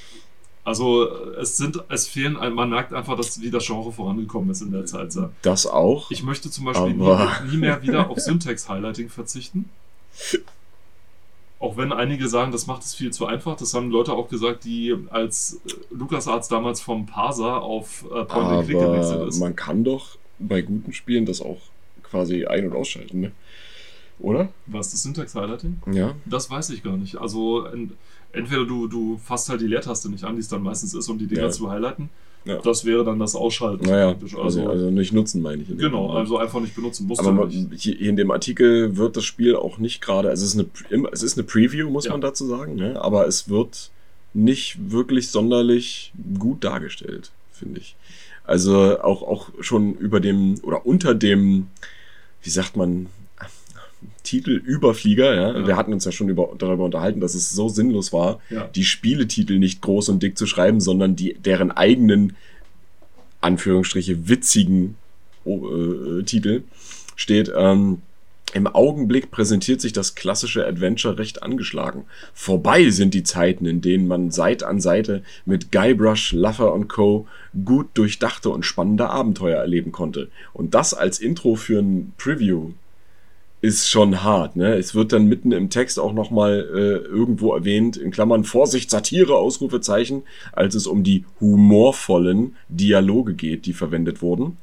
Speaker 1: Also es sind, es fehlen, man merkt einfach, dass wie das Genre vorangekommen ist in der Zeit. Ja.
Speaker 2: Das auch.
Speaker 1: Ich möchte zum Beispiel nie, nie mehr wieder auf Syntax-Highlighting verzichten. Auch wenn einige sagen, das macht es viel zu einfach. Das haben Leute auch gesagt, die als LucasArts damals vom Parser auf äh, Point-and-Click gewechselt ist.
Speaker 2: Man kann doch bei guten Spielen das auch quasi ein- und ausschalten, ne? Oder?
Speaker 1: Was, das Syntax-Highlighting?
Speaker 2: Ja.
Speaker 1: Das weiß ich gar nicht. Also ent- entweder du, du fasst halt die Leertaste nicht an, die es dann meistens ist, um die Dinger
Speaker 2: ja.
Speaker 1: zu highlighten.
Speaker 2: Ja.
Speaker 1: Das wäre dann das Ausschalten.
Speaker 2: Naja,
Speaker 1: also,
Speaker 2: also, also nicht nutzen, meine ich.
Speaker 1: Genau, also einfach nicht benutzen. Musst
Speaker 2: Aber
Speaker 1: du
Speaker 2: man,
Speaker 1: nicht.
Speaker 2: hier in dem Artikel wird das Spiel auch nicht gerade, also es ist eine, es ist eine Preview, muss
Speaker 1: Ja.
Speaker 2: man dazu sagen, ne? Aber es wird nicht wirklich sonderlich gut dargestellt, finde ich. Also auch, auch schon über dem, oder unter dem, wie sagt man, Titel Überflieger, ja?
Speaker 1: Ja.
Speaker 2: Wir hatten uns ja schon über, darüber unterhalten, dass es so sinnlos war,
Speaker 1: Ja.
Speaker 2: die Spieletitel nicht groß und dick zu schreiben, sondern die, deren eigenen, Anführungsstriche, witzigen äh, Titel steht. Ähm, Im Augenblick präsentiert sich das klassische Adventure recht angeschlagen. Vorbei sind die Zeiten, in denen man Seite an Seite mit Guybrush, Luffer und Co. gut durchdachte und spannende Abenteuer erleben konnte. Und das als Intro für ein Preview ist schon hart, ne? Es wird dann mitten im Text auch nochmal äh, irgendwo erwähnt, in Klammern, Vorsicht, Satire, Ausrufezeichen, als es um die humorvollen Dialoge geht, die verwendet wurden.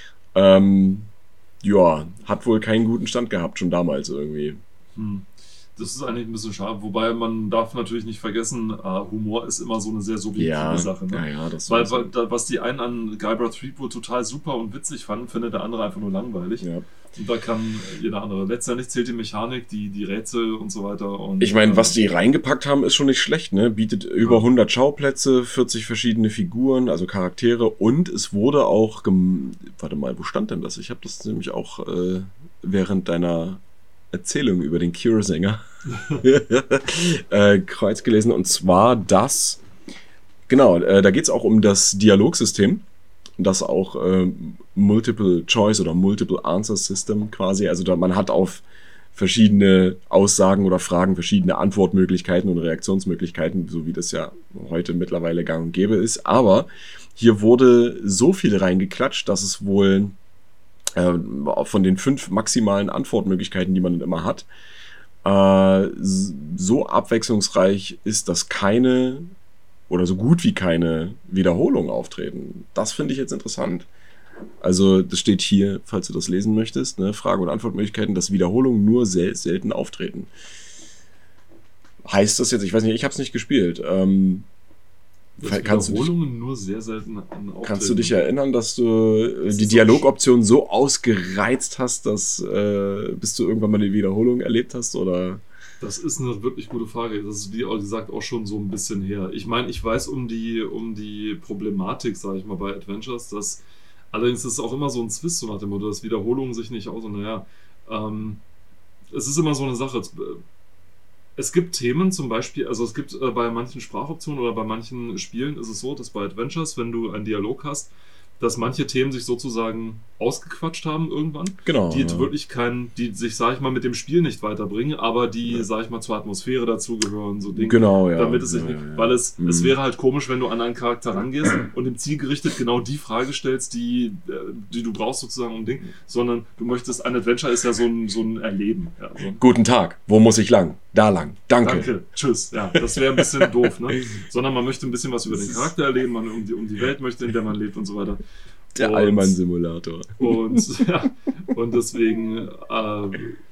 Speaker 2: Ähm, ja, hat wohl keinen guten Stand gehabt, schon damals irgendwie.
Speaker 1: Hm. Das ist eigentlich ein bisschen schade, wobei man darf natürlich nicht vergessen, äh, Humor ist immer so eine sehr subjektive
Speaker 2: Ja,
Speaker 1: Sache. Ne?
Speaker 2: ja, ja, das
Speaker 1: Weil,
Speaker 2: sowieso.
Speaker 1: weil da, was die einen an Guybrush Threepwood total super und witzig fanden, findet der andere einfach nur langweilig.
Speaker 2: Ja.
Speaker 1: Und da kann jeder andere. Letztendlich zählt die Mechanik, die, die Rätsel und so weiter. Und,
Speaker 2: Ich meine, was
Speaker 1: ähm,
Speaker 2: die reingepackt haben, ist schon nicht schlecht, ne? Bietet über hundert Schauplätze, vierzig verschiedene Figuren, also Charaktere, und es wurde auch gem- warte mal, wo stand denn das? Ich habe das nämlich auch äh, während deiner Erzählung über den Cure-Sänger äh, kreuz gelesen, und zwar das, genau, äh, da geht es auch um das Dialogsystem, das auch äh, Multiple Choice oder Multiple Answer System quasi, also da man hat auf verschiedene Aussagen oder Fragen verschiedene Antwortmöglichkeiten und Reaktionsmöglichkeiten, so wie das ja heute mittlerweile gang und gäbe ist, aber hier wurde so viel reingeklatscht, dass es wohl äh, von den fünf maximalen Antwortmöglichkeiten, die man immer hat, äh, so abwechslungsreich ist, dass keine oder so gut wie keine Wiederholungen auftreten. Das finde ich jetzt interessant. Also das steht hier, falls du das lesen möchtest, ne, Frage- und Antwortmöglichkeiten, dass Wiederholungen nur sel- selten auftreten. Heißt das jetzt, ich weiß nicht, ich habe es nicht gespielt. Ähm,
Speaker 1: dass
Speaker 2: kannst, du dich,
Speaker 1: Wiederholungen nur sehr selten auftreten.
Speaker 2: kannst du dich erinnern, dass du äh,
Speaker 1: Das
Speaker 2: die
Speaker 1: ist so
Speaker 2: Dialogoption so ausgereizt hast, dass äh, bis du irgendwann mal die Wiederholung erlebt hast? Oder?
Speaker 1: Das ist eine wirklich gute Frage. Das ist, wie gesagt, auch schon so ein bisschen her. Ich meine, ich weiß um die, um die Problematik, sage ich mal, bei Adventures, dass allerdings ist es auch immer so ein Zwist, so nach dem Motto, dass Wiederholungen sich nicht aus. Und naja, ähm, es ist immer so eine Sache. Es gibt Themen zum Beispiel, also es gibt äh, bei manchen Sprachoptionen oder bei manchen Spielen ist es so, dass bei Adventures, wenn du einen Dialog hast, dass manche Themen sich sozusagen ausgequatscht haben irgendwann.
Speaker 2: Genau.
Speaker 1: Die
Speaker 2: ja.
Speaker 1: wirklich kein, die sich, sag ich mal, mit dem Spiel nicht weiterbringen, aber die,
Speaker 2: Ja.
Speaker 1: sag ich mal, zur Atmosphäre dazugehören, so Dinge.
Speaker 2: Genau, ja.
Speaker 1: Damit es sich
Speaker 2: ja,
Speaker 1: nicht,
Speaker 2: ja, ja.
Speaker 1: weil es,
Speaker 2: Mhm.
Speaker 1: es wäre halt komisch, wenn du an einen Charakter rangehst und im Ziel gerichtet genau die Frage stellst, die, äh, die du brauchst sozusagen um Ding, sondern du möchtest, ein Adventure ist ja so ein, so ein Erleben. Ja, so.
Speaker 2: Guten Tag, wo muss ich lang? Da lang. Danke.
Speaker 1: Danke, tschüss. Ja, das wäre ein bisschen doof, ne? Sondern man möchte ein bisschen was über den Charakter erleben, man um die, um die Welt möchte, in der man lebt und so weiter.
Speaker 2: Der
Speaker 1: Und-
Speaker 2: Allmann-Simulator.
Speaker 1: Und, ja, und deswegen äh,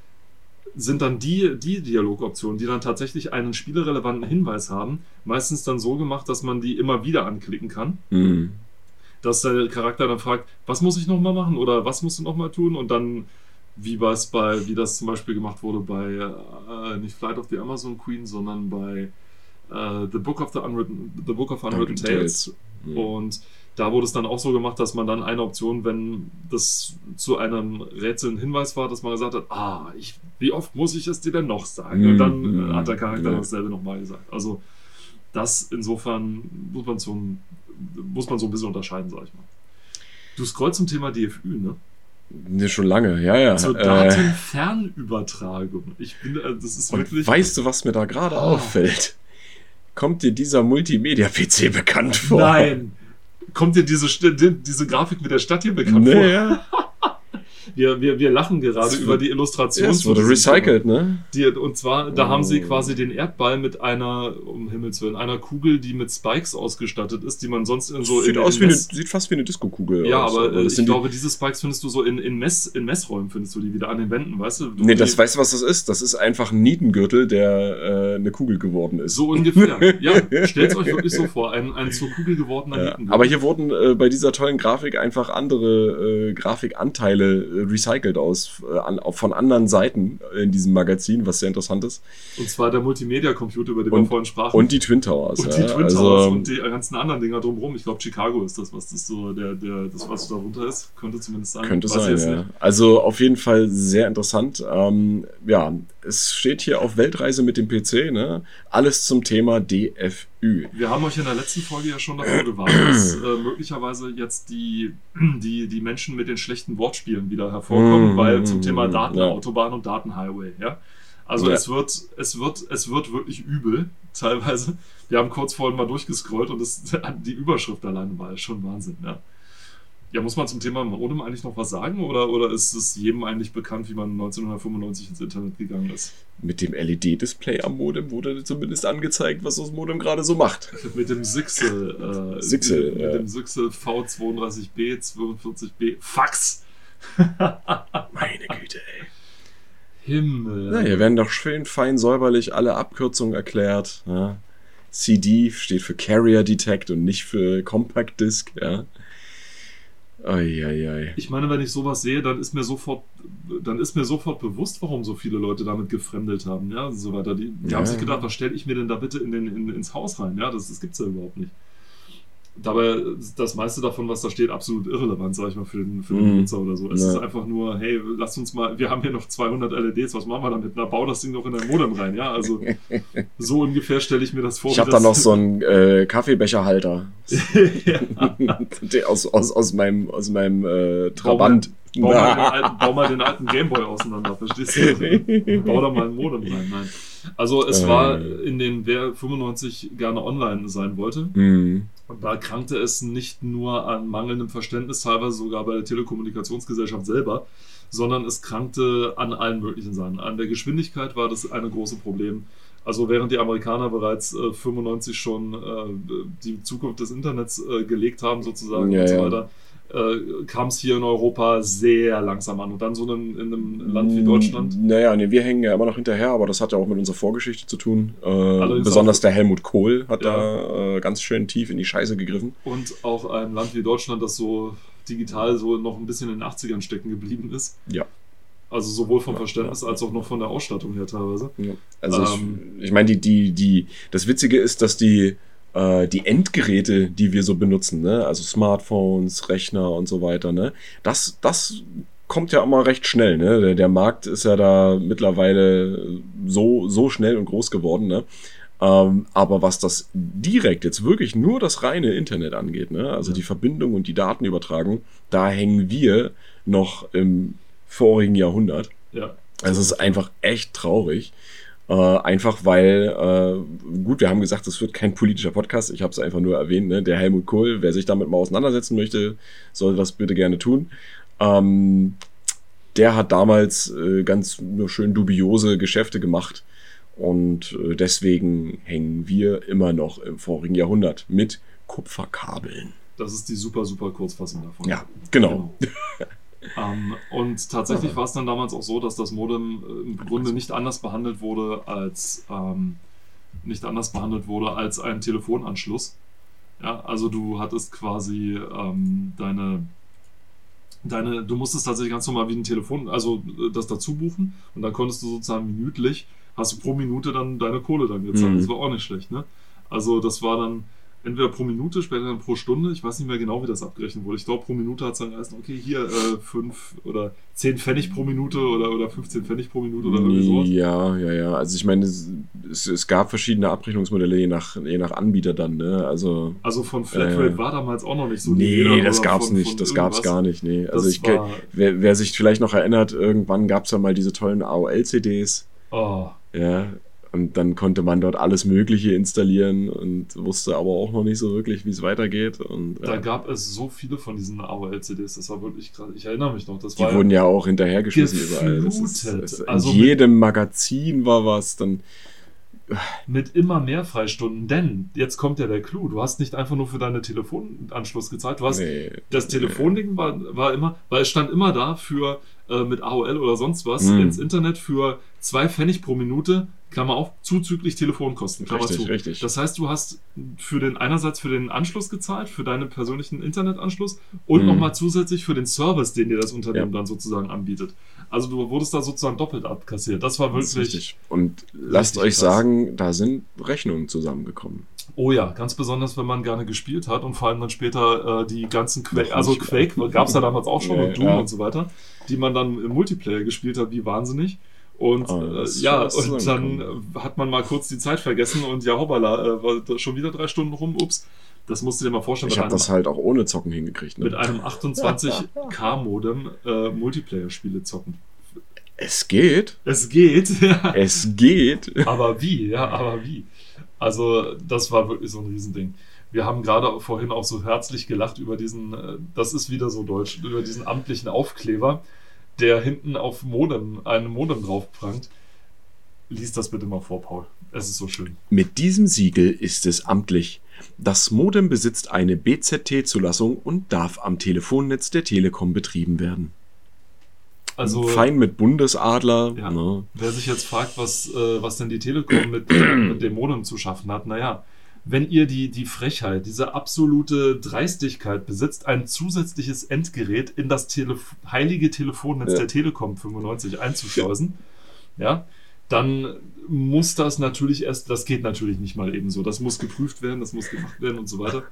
Speaker 1: sind dann die, die Dialogoptionen, die dann tatsächlich einen spielerelevanten Hinweis haben, meistens dann so gemacht, dass man die immer wieder anklicken kann.
Speaker 2: Mhm.
Speaker 1: Dass der Charakter dann fragt, was muss ich nochmal machen oder was musst du nochmal tun? Und dann, wie was bei, wie das zum Beispiel gemacht wurde bei äh, nicht Flight of the Amazon Queen, sondern bei äh, The Book of the Unwritten, The Book of Unwritten Tales.
Speaker 2: Mhm.
Speaker 1: Und Da wurde es dann auch so gemacht, dass man dann eine Option, wenn das zu einem Rätsel ein Hinweis war, dass man gesagt hat, ah, ich, wie oft muss ich es dir denn noch sagen? Und dann
Speaker 2: Mhm.
Speaker 1: hat der Charakter
Speaker 2: Ja.
Speaker 1: dasselbe nochmal gesagt. Also das insofern muss man, so ein, muss man so ein bisschen unterscheiden, sag ich mal. Du scrollst zum Thema D F Ü, ne?
Speaker 2: Ne, schon lange, ja, ja.
Speaker 1: Zur
Speaker 2: Äh,
Speaker 1: Datenfernübertragung. Ich finde, also das ist
Speaker 2: und
Speaker 1: wirklich...
Speaker 2: weißt du, was mir da gerade
Speaker 1: Ah.
Speaker 2: auffällt? Kommt dir dieser Multimedia-P C bekannt vor?
Speaker 1: Nein! Kommt dir diese, St- die- diese Grafik mit der Stadt hier bekannt
Speaker 2: Nee,
Speaker 1: vor?
Speaker 2: ja.
Speaker 1: Wir, wir, wir lachen gerade
Speaker 2: Es
Speaker 1: über
Speaker 2: wird-
Speaker 1: die Illustration.
Speaker 2: Ja, es
Speaker 1: zu
Speaker 2: wurde
Speaker 1: diesem
Speaker 2: recycelt, ne?
Speaker 1: Die, und zwar, da
Speaker 2: Oh.
Speaker 1: haben sie quasi den Erdball mit einer, um Himmels Willen, einer Kugel, die mit Spikes ausgestattet ist, die man sonst in so...
Speaker 2: sieht,
Speaker 1: in,
Speaker 2: aus
Speaker 1: in
Speaker 2: wie eine,
Speaker 1: Mess-
Speaker 2: sieht fast wie eine Disco-Kugel
Speaker 1: Ja,
Speaker 2: aus.
Speaker 1: aber äh,
Speaker 2: das
Speaker 1: ich
Speaker 2: sind
Speaker 1: glaube, diese Spikes findest du so in, in, Mess, in Messräumen, findest du die wieder an den Wänden, weißt du?
Speaker 2: die, nee, das
Speaker 1: die,
Speaker 2: weißt du, was das ist? Das ist einfach ein Nietengürtel, der äh, eine Kugel geworden ist.
Speaker 1: So ungefähr. Ja, stellt euch wirklich so vor, ein, ein zur Kugel gewordener
Speaker 2: Ja,
Speaker 1: Nietengürtel.
Speaker 2: aber hier wurden äh, bei dieser tollen Grafik einfach andere äh, Grafikanteile äh, recycelt aus, äh, an, auch von anderen Seiten in diesem Magazin, was sehr interessant ist.
Speaker 1: Und zwar der Multimedia-Computer, über den wir
Speaker 2: Und-
Speaker 1: vorhin sprachen.
Speaker 2: Und die Twin Towers.
Speaker 1: Und
Speaker 2: ja.
Speaker 1: die Twin
Speaker 2: also,
Speaker 1: Towers und die ganzen anderen Dinger drumherum. Ich glaube, Chicago ist das, was das so, der, der, das, was darunter ist. Könnte zumindest sein.
Speaker 2: Könnte
Speaker 1: Weiß ich
Speaker 2: sein,
Speaker 1: jetzt
Speaker 2: ja.
Speaker 1: nicht.
Speaker 2: Also auf jeden Fall sehr interessant. Ähm, ja, es steht hier auf Weltreise mit dem P C, ne? Alles zum Thema D F Ü.
Speaker 1: Wir haben euch in der letzten Folge ja schon davor gewarnt, dass äh, möglicherweise jetzt die, die, die Menschen mit den schlechten Wortspielen wieder hervorkommen,
Speaker 2: Mm,
Speaker 1: weil zum
Speaker 2: mm,
Speaker 1: Thema
Speaker 2: ja.
Speaker 1: Datenautobahn und Datenhighway, ja. Also
Speaker 2: Ja.
Speaker 1: es wird, es wird, es wird wirklich übel, teilweise. Wir haben kurz vorhin mal durchgescrollt und das, die Überschrift alleine war ja schon Wahnsinn, ja. Ja, muss man zum Thema Modem eigentlich noch was sagen oder, oder ist es jedem eigentlich bekannt, wie man neunzehnhundertfünfundneunzig ins Internet gegangen ist?
Speaker 2: Mit dem L E D-Display am Modem wurde zumindest angezeigt, was das Modem gerade so macht.
Speaker 1: Mit dem Sixel, äh,
Speaker 2: Sixel,
Speaker 1: mit,
Speaker 2: ja.
Speaker 1: mit dem Sixel V zweiunddreißig B, zweiundvierzig B, Fax!
Speaker 2: Meine Güte, ey.
Speaker 1: Himmel.
Speaker 2: Ja, hier werden doch schön fein säuberlich alle Abkürzungen erklärt. Ja. C D steht für Carrier Detect und nicht für Compact Disc. Ja. Eieiei.
Speaker 1: Ich meine, wenn ich sowas sehe, dann ist mir sofort, dann ist mir sofort bewusst, warum so viele Leute damit gefremdelt haben, ja, und so weiter. Die, die
Speaker 2: Ja.
Speaker 1: haben sich gedacht, was stelle ich mir denn da bitte in den, in, ins Haus rein? Ja, das, das gibt's ja überhaupt nicht. Dabei ist das meiste davon, was da steht, absolut irrelevant, sag ich mal, für den, für den
Speaker 2: Mhm.
Speaker 1: Nutzer oder so. Es
Speaker 2: Ja.
Speaker 1: ist einfach nur, hey, lass uns mal, wir haben hier noch zweihundert L E Ds, was machen wir damit? Na, bau das Ding doch in dein Modem rein, ja, also so ungefähr stelle ich mir das vor.
Speaker 2: Ich
Speaker 1: wie
Speaker 2: habe da
Speaker 1: das-
Speaker 2: noch so einen äh, Kaffeebecherhalter
Speaker 1: ja.
Speaker 2: Der aus, aus, aus meinem, aus meinem äh, Trabant.
Speaker 1: Bau mal, den alten, bau mal den alten Gameboy auseinander, verstehst du? Bau da mal ein Modem rein. Nein. Also es
Speaker 2: Ähm.
Speaker 1: war in den, wer fünfundneunzig gerne online sein wollte,
Speaker 2: Mhm.
Speaker 1: und da krankte es nicht nur an mangelndem Verständnis, teilweise sogar bei der Telekommunikationsgesellschaft selber, sondern es krankte an allen möglichen Sachen. An der Geschwindigkeit war das eine große Problem. Also während die Amerikaner bereits äh, fünfundneunzig schon äh, die Zukunft des Internets äh, gelegt haben sozusagen
Speaker 2: Ja,
Speaker 1: und so
Speaker 2: ja.
Speaker 1: weiter, äh, kam es hier in Europa sehr langsam an. Und dann so in, in einem Land wie Deutschland.
Speaker 2: Naja, nee, wir hängen ja immer noch hinterher, aber das hat ja auch mit unserer Vorgeschichte zu tun. Äh,
Speaker 1: Allerdings
Speaker 2: besonders
Speaker 1: auch-
Speaker 2: der Helmut Kohl hat
Speaker 1: Ja.
Speaker 2: da äh, ganz schön tief in die Scheiße gegriffen.
Speaker 1: Und auch ein Land wie Deutschland, das so digital so noch ein bisschen in den achtzigern stecken geblieben ist.
Speaker 2: Ja.
Speaker 1: Also sowohl vom
Speaker 2: Ja,
Speaker 1: Verständnis als auch noch von der Ausstattung her teilweise.
Speaker 2: Ja. Also
Speaker 1: Ähm.
Speaker 2: ich, ich meine, die, die, die, das Witzige ist, dass die, äh, die Endgeräte, die wir so benutzen, ne, also Smartphones, Rechner und so weiter, ne, das, das kommt ja immer recht schnell, ne? Der, der Markt ist ja da mittlerweile so, so schnell und groß geworden, ne? Ähm, aber was das direkt jetzt wirklich nur das reine Internet angeht, ne, also
Speaker 1: Ja.
Speaker 2: die Verbindung und die Datenübertragung, da hängen wir noch im vorigen Jahrhundert.
Speaker 1: Ja.
Speaker 2: Also es ist einfach echt traurig. Äh, einfach weil, äh, gut, wir haben gesagt, es wird kein politischer Podcast. Ich habe es einfach nur erwähnt, ne? Der Helmut Kohl, wer sich damit mal auseinandersetzen möchte, soll das bitte gerne tun. Ähm, der hat damals äh, ganz nur schön dubiose Geschäfte gemacht. Und äh, deswegen hängen wir immer noch im vorigen Jahrhundert mit Kupferkabeln.
Speaker 1: Das ist die super, super Kurzfassung davon.
Speaker 2: Ja, genau.
Speaker 1: ähm, und tatsächlich war es dann damals auch so, dass das Modem äh, im Grunde nicht anders behandelt wurde als ähm, nicht anders behandelt wurde als ein Telefonanschluss. Ja, also du hattest quasi ähm, deine deine, du musstest tatsächlich ganz normal wie ein Telefon, also äh, das dazu buchen und dann konntest du sozusagen minütlich, hast du pro Minute dann deine Kohle dann gezahlt.
Speaker 2: Mhm.
Speaker 1: Das war auch nicht schlecht, ne? Also das war dann entweder pro Minute, später dann pro Stunde. Ich weiß nicht mehr genau, wie das abgerechnet wurde. Ich glaube, pro Minute hat es dann geheißen, okay, hier äh, fünf oder zehn Pfennig pro Minute oder, oder fünfzehn Pfennig pro Minute oder irgendwie sowas.
Speaker 2: Ja, ja, ja. Also ich meine, es, es, es gab verschiedene Abrechnungsmodelle, je nach, je nach Anbieter dann, ne? Also,
Speaker 1: also von Flatrate äh, war damals auch noch nicht so.
Speaker 2: Nee, Räder das gab's von, nicht, von das gab's gar nicht, nee. Also
Speaker 1: das
Speaker 2: ich, wer, wer sich vielleicht noch erinnert, irgendwann gab's ja mal diese tollen A O L-C Ds.
Speaker 1: Oh.
Speaker 2: Ja, und dann konnte man dort alles Mögliche installieren und wusste aber auch noch nicht so wirklich, wie es weitergeht. Und,
Speaker 1: da
Speaker 2: ja.
Speaker 1: gab es so viele von diesen A O L-C Ds, das war wirklich krass. Ich erinnere mich noch. Das
Speaker 2: Die
Speaker 1: war
Speaker 2: wurden ja auch hinterhergeschmissen überall. Das ist, das in also jedem Magazin war was, dann...
Speaker 1: Mit immer mehr Freistunden, denn jetzt kommt ja der Clou, du hast nicht einfach nur für deinen Telefonanschluss gezahlt, du hast nee, das Telefonding nee. war, war immer, weil es stand immer da für äh, mit A O L oder sonst was hm. ins Internet für zwei Pfennig pro Minute, Klammer auf, zuzüglich Telefonkosten, Klammer
Speaker 2: richtig,
Speaker 1: zu.
Speaker 2: Richtig.
Speaker 1: Das heißt, du hast für den einerseits für den Anschluss gezahlt, für deinen persönlichen Internetanschluss und hm. nochmal zusätzlich für den Service, den dir das Unternehmen ja. dann sozusagen anbietet. Also du wurdest da sozusagen doppelt abkassiert. Das war wirklich... Das ist
Speaker 2: richtig. Und lasst euch krass. sagen, da sind Rechnungen zusammengekommen.
Speaker 1: Oh ja, ganz besonders, wenn man gerne gespielt hat und vor allem dann später äh, die ganzen Quake, also Quake gab es ja damals auch schon nee, und Doom ja. und so weiter, die man dann im Multiplayer gespielt hat, wie wahnsinnig. Und oh, äh, ja, und dann hat man mal kurz die Zeit vergessen und ja, hoppala, äh, war schon wieder drei Stunden rum, ups. Das musst du dir mal vorstellen.
Speaker 2: Ich habe das halt auch ohne Zocken hingekriegt. Ne?
Speaker 1: Mit einem achtundzwanzig K Modem äh, Multiplayer-Spiele zocken.
Speaker 2: Es geht.
Speaker 1: Es geht, ja.
Speaker 2: Es geht.
Speaker 1: Aber wie, ja, aber wie. Also das war wirklich so ein Riesending. Wir haben gerade vorhin auch so herzlich gelacht über diesen, äh, das ist wieder so deutsch, über diesen amtlichen Aufkleber, der hinten auf Modem, einem Modem drauf prangt. Lies das bitte mal vor, Paul. Es ist so schön.
Speaker 2: Mit diesem Siegel ist es amtlich. Das Modem besitzt eine B Z T-Zulassung und darf am Telefonnetz der Telekom betrieben werden. Also fein mit Bundesadler.
Speaker 1: Ja. Ne? Wer sich jetzt fragt, was, äh, was denn die Telekom mit, mit dem Modem zu schaffen hat, naja, wenn ihr die, die Frechheit, diese absolute Dreistigkeit besitzt, ein zusätzliches Endgerät in das Telef- heilige Telefonnetz ja. der Telekom fünfundneunzig einzuschleusen, ja. ja, dann muss das natürlich erst, das geht natürlich nicht mal eben so. Das muss geprüft werden, das muss gemacht werden und so weiter.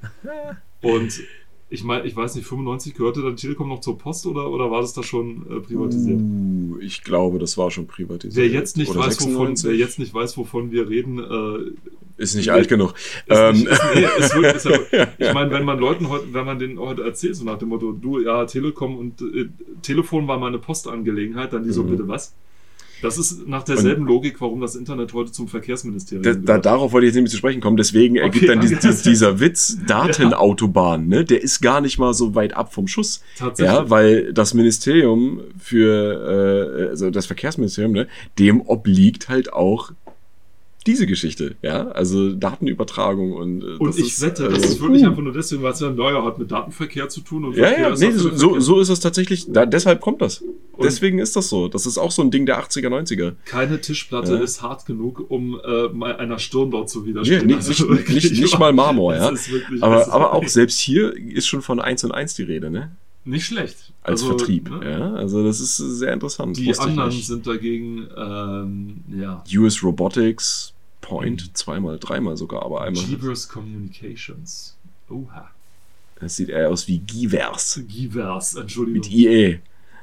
Speaker 1: Und ich meine, ich weiß nicht, fünfundneunzig gehörte dann Telekom noch zur Post oder, oder war das da schon äh, privatisiert?
Speaker 2: Uh, ich glaube, das war schon privatisiert.
Speaker 1: Wer jetzt nicht, weiß, wovon, wer jetzt nicht weiß, wovon wir reden, äh,
Speaker 2: ist nicht alt genug.
Speaker 1: Ist ähm. nicht, ist, nee, ist wirklich, ist ja, ich meine, wenn man Leuten heute, wenn man denen heute erzählt, so nach dem Motto, du, ja, Telekom und äh, Telefon war mal eine Postangelegenheit, dann die so, mhm. bitte was? Das ist nach derselben und Logik, warum das Internet heute zum Verkehrsministerium
Speaker 2: da, da, Darauf wollte ich jetzt nämlich zu sprechen kommen. Deswegen okay, ergibt dann die, die, dieser Witz, Datenautobahn, ne, der ist gar nicht mal so weit ab vom Schuss.
Speaker 1: Tatsächlich.
Speaker 2: Ja, weil das Ministerium für, äh, also das Verkehrsministerium, ne, dem obliegt halt auch diese Geschichte, ja, also Datenübertragung und äh,
Speaker 1: und
Speaker 2: das
Speaker 1: ich
Speaker 2: ist,
Speaker 1: wette,
Speaker 2: also,
Speaker 1: das ist wirklich uh. einfach nur deswegen, weil es ja neuer hat mit Datenverkehr zu tun und
Speaker 2: ja,
Speaker 1: Verkehr
Speaker 2: ja, nee, so, so, so ist es tatsächlich, da, deshalb kommt das. Und deswegen ist das so. Das ist auch so ein Ding der achtziger, neunziger.
Speaker 1: Keine Tischplatte ja. ist hart genug, um äh, mal einer Stirn dort zu widerstehen.
Speaker 2: Nee, nicht,
Speaker 1: also
Speaker 2: nicht, nicht, nicht mal Marmor, ja.
Speaker 1: Wirklich,
Speaker 2: aber aber auch selbst hier ist schon von eins und eins die Rede, ne?
Speaker 1: Nicht schlecht.
Speaker 2: Als also, Vertrieb, ne? Ja. Also das ist sehr interessant.
Speaker 1: Die anderen sind dagegen, ähm, ja.
Speaker 2: U S Robotics, Point, mhm. zweimal, dreimal sogar, aber einmal.
Speaker 1: Jeebers Communications. Oha.
Speaker 2: Das sieht eher aus wie Givers.
Speaker 1: Givers, Entschuldigung.
Speaker 2: Mit I E.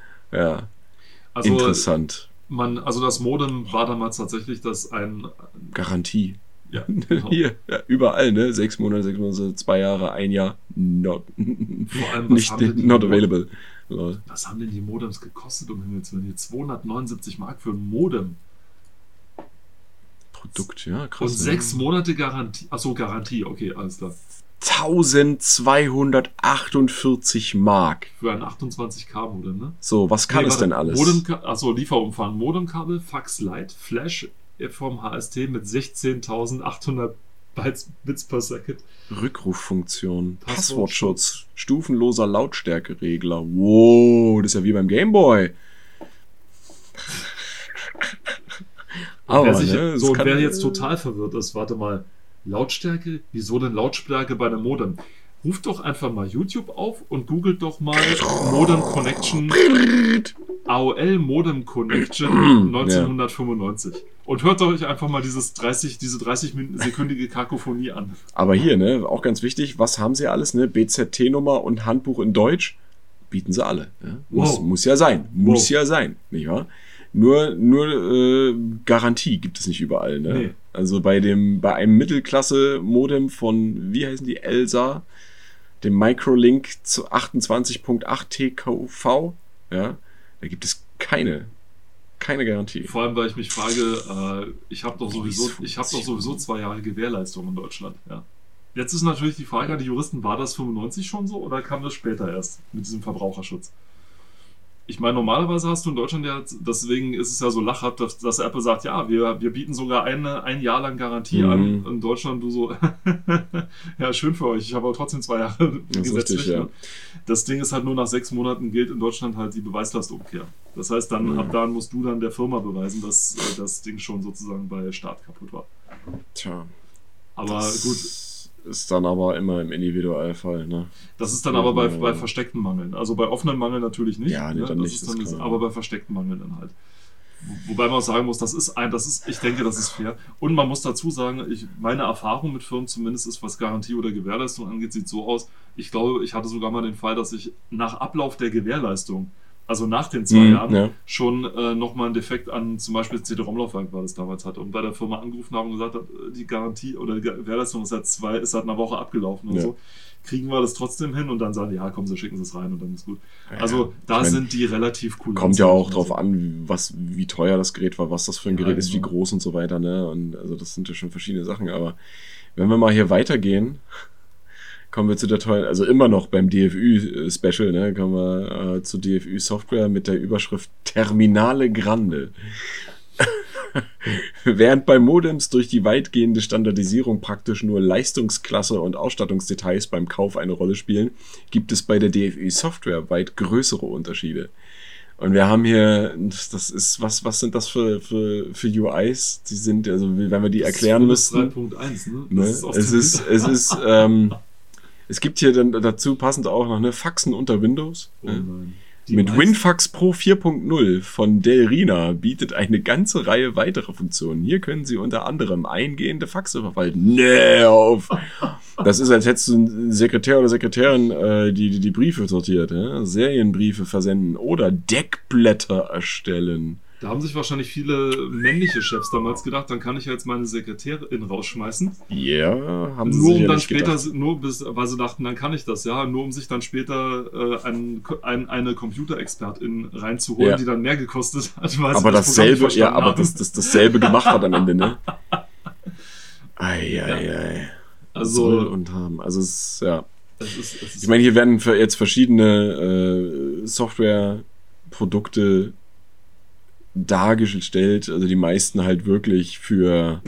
Speaker 2: Ja.
Speaker 1: Also,
Speaker 2: interessant.
Speaker 1: Man, also das Modem war damals tatsächlich das ein...
Speaker 2: Garantie.
Speaker 1: Ja, genau.
Speaker 2: Hier, ja, überall, ne? Sechs Monate, sechs Monate, zwei Jahre, ein Jahr. Not,
Speaker 1: Vor allem, was
Speaker 2: nicht,
Speaker 1: haben denn
Speaker 2: not available. Lol.
Speaker 1: Was haben denn die Modems gekostet, um Himmels Willen? zweihundertneunundsiebzig Mark für ein Modem.
Speaker 2: Produkt, ja, krass.
Speaker 1: Und sechs Monate Garantie. Achso, Garantie, okay, alles klar.
Speaker 2: eintausendzweihundertachtundvierzig Mark.
Speaker 1: Für ein achtundzwanzig K Modem, ne?
Speaker 2: So, was kann nee, es denn alles?
Speaker 1: Modem, achso, Lieferumfang. Modemkabel, Fax Lite, Flash vom H S T mit sechzehntausendachthundert Bits per Second.
Speaker 2: Rückruffunktion, Passwortschutz, stufenloser Lautstärkeregler. Wow, das ist ja wie beim Gameboy.
Speaker 1: Aber wer, sich, ne, so, und wer jetzt total verwirrt ist, warte mal, Lautstärke? Wieso denn Lautstärke bei einem Modem? ruft doch einfach mal YouTube auf und googelt doch mal Modem Connection, A O L Modem Connection neunzehnhundertfünfundneunzig. Ja. Und hört euch einfach mal dieses dreißig, diese dreißig-sekündige Kakophonie an.
Speaker 2: Aber hier, ne, auch ganz wichtig, was haben sie alles, ne? B Z T-Nummer und Handbuch in Deutsch bieten sie alle. Ja? Muss,
Speaker 1: Wow.
Speaker 2: muss ja sein, muss
Speaker 1: Wow.
Speaker 2: ja sein, nicht wahr? Nur, nur äh, Garantie gibt es nicht überall, ne?
Speaker 1: Nee.
Speaker 2: Also bei dem, bei einem Mittelklasse-Modem von, wie heißen die, Elsa, dem Microlink zu achtundzwanzig Punkt acht T K V, ja, da gibt es keine, keine Garantie.
Speaker 1: Vor allem, weil ich mich frage, äh, ich habe doch,
Speaker 2: Wie
Speaker 1: sowieso,
Speaker 2: es
Speaker 1: ich hab doch
Speaker 2: funktioniert.
Speaker 1: sowieso zwei Jahre Gewährleistung in Deutschland. Ja. Jetzt ist natürlich die Frage an die Juristen, war das fünfundneunzig schon so oder kam das später erst mit diesem Verbraucherschutz? Ich meine, normalerweise hast du in Deutschland ja, deswegen ist es ja so lachhaft, dass, dass Apple sagt, ja, wir, wir bieten sogar eine, ein Jahr lang Garantie
Speaker 2: Mhm.
Speaker 1: an. In Deutschland du so, ja, schön für euch, ich habe aber trotzdem zwei Jahre
Speaker 2: Das ist
Speaker 1: gesetzlich.
Speaker 2: richtig, ja.
Speaker 1: Ne? Das Ding ist halt nur nach sechs Monaten gilt in Deutschland halt die Beweislastumkehr. Das heißt, dann
Speaker 2: Mhm.
Speaker 1: ab da musst du dann der Firma beweisen, dass äh, das Ding schon sozusagen bei Staat kaputt war.
Speaker 2: Tja,
Speaker 1: Aber
Speaker 2: das
Speaker 1: gut,
Speaker 2: ist dann aber immer im Individualfall, ne?
Speaker 1: das ist dann aber bei,
Speaker 2: Ja.
Speaker 1: bei versteckten Mangeln. Also bei offenen Mangeln natürlich nicht.
Speaker 2: Ja, nee,
Speaker 1: ne?
Speaker 2: dann
Speaker 1: das
Speaker 2: nicht,
Speaker 1: ist
Speaker 2: das
Speaker 1: dann
Speaker 2: ist
Speaker 1: das,
Speaker 2: klar.
Speaker 1: aber bei versteckten Mangeln dann halt. Wo- Wobei man auch sagen muss, das ist ein, das ist, ich denke, das ist fair. Und man muss dazu sagen, ich, meine Erfahrung mit Firmen zumindest ist, was Garantie oder Gewährleistung angeht, sieht so aus. Ich glaube, ich hatte sogar mal den Fall, dass ich nach Ablauf der Gewährleistung, also nach den zwei
Speaker 2: Mhm,
Speaker 1: Jahren,
Speaker 2: ja.
Speaker 1: schon äh, nochmal einen Defekt an zum Beispiel C D-ROM-Laufwerk war das damals hatte und bei der Firma angerufen haben und gesagt hat, äh, die Garantie oder die Gewährleistung ist seit zwei, ist seit einer Woche abgelaufen und
Speaker 2: Ja.
Speaker 1: so. Kriegen wir das trotzdem hin und dann sagen die, ja, kommen Sie, schicken Sie es rein und dann ist gut.
Speaker 2: Ja,
Speaker 1: Also da
Speaker 2: ich mein,
Speaker 1: sind die relativ cool.
Speaker 2: Kommt ja auch
Speaker 1: Also,
Speaker 2: drauf an, was, wie teuer das Gerät war, was das für ein
Speaker 1: Ja,
Speaker 2: Gerät ist, wie
Speaker 1: genau.
Speaker 2: groß und so weiter, ne? Und also das sind ja schon verschiedene Sachen. Aber wenn wir mal hier weitergehen, kommen wir zu der tollen, also immer noch beim D F Ü-Special, ne? Kommen wir äh, zu D F Ü-Software mit der Überschrift Terminale Grande. Während bei Modems durch die weitgehende Standardisierung praktisch nur Leistungsklasse und Ausstattungsdetails beim Kauf eine Rolle spielen, gibt es bei der D F Ü-Software weit größere Unterschiede. Und wir haben hier, das ist, was, was sind das für, für, für U Is? Die sind, also wenn wir die
Speaker 1: das ist
Speaker 2: erklären
Speaker 1: Windows
Speaker 2: müssten.
Speaker 1: drei Punkt eins, ne?
Speaker 2: Ne?
Speaker 1: Das ist aus
Speaker 2: Es
Speaker 1: dem-
Speaker 2: ist, es ist, ähm, es gibt hier dann dazu passend auch noch eine Faxen unter Windows.
Speaker 1: Oh
Speaker 2: ne?
Speaker 1: nein. Die
Speaker 2: Mit
Speaker 1: meisten-
Speaker 2: WinFax Pro vier Punkt null von Delrina bietet eine ganze Reihe weiterer Funktionen. Hier können Sie unter anderem eingehende Faxe verwalten. Nee, auf! Das ist, als hättest du einen Sekretär oder Sekretärin, äh, die, die die Briefe sortiert. Ja? Serienbriefe versenden oder Deckblätter erstellen.
Speaker 1: Da haben sich wahrscheinlich viele männliche Chefs damals gedacht, dann kann ich ja jetzt meine Sekretärin rausschmeißen.
Speaker 2: Ja, yeah, haben sie
Speaker 1: Nur um dann
Speaker 2: sicherlich
Speaker 1: später,
Speaker 2: gedacht.
Speaker 1: nur bis, weil sie dachten, dann kann ich das, ja, nur um sich dann später äh, ein, ein, eine Computerexpertin reinzuholen,
Speaker 2: Ja.
Speaker 1: die dann mehr gekostet hat, weil sie
Speaker 2: Aber
Speaker 1: das Programm
Speaker 2: dasselbe,
Speaker 1: nicht
Speaker 2: ja,
Speaker 1: verstanden
Speaker 2: aber
Speaker 1: haben.
Speaker 2: das, das dasselbe gemacht hat am Ende, ne? Ei, ei, ei.
Speaker 1: Also-
Speaker 2: Soll und haben. Also es ist, ja.
Speaker 1: Es ist, es ist,
Speaker 2: Ich meine, hier werden für jetzt verschiedene äh, Softwareprodukte dargestellt, also die meisten halt wirklich für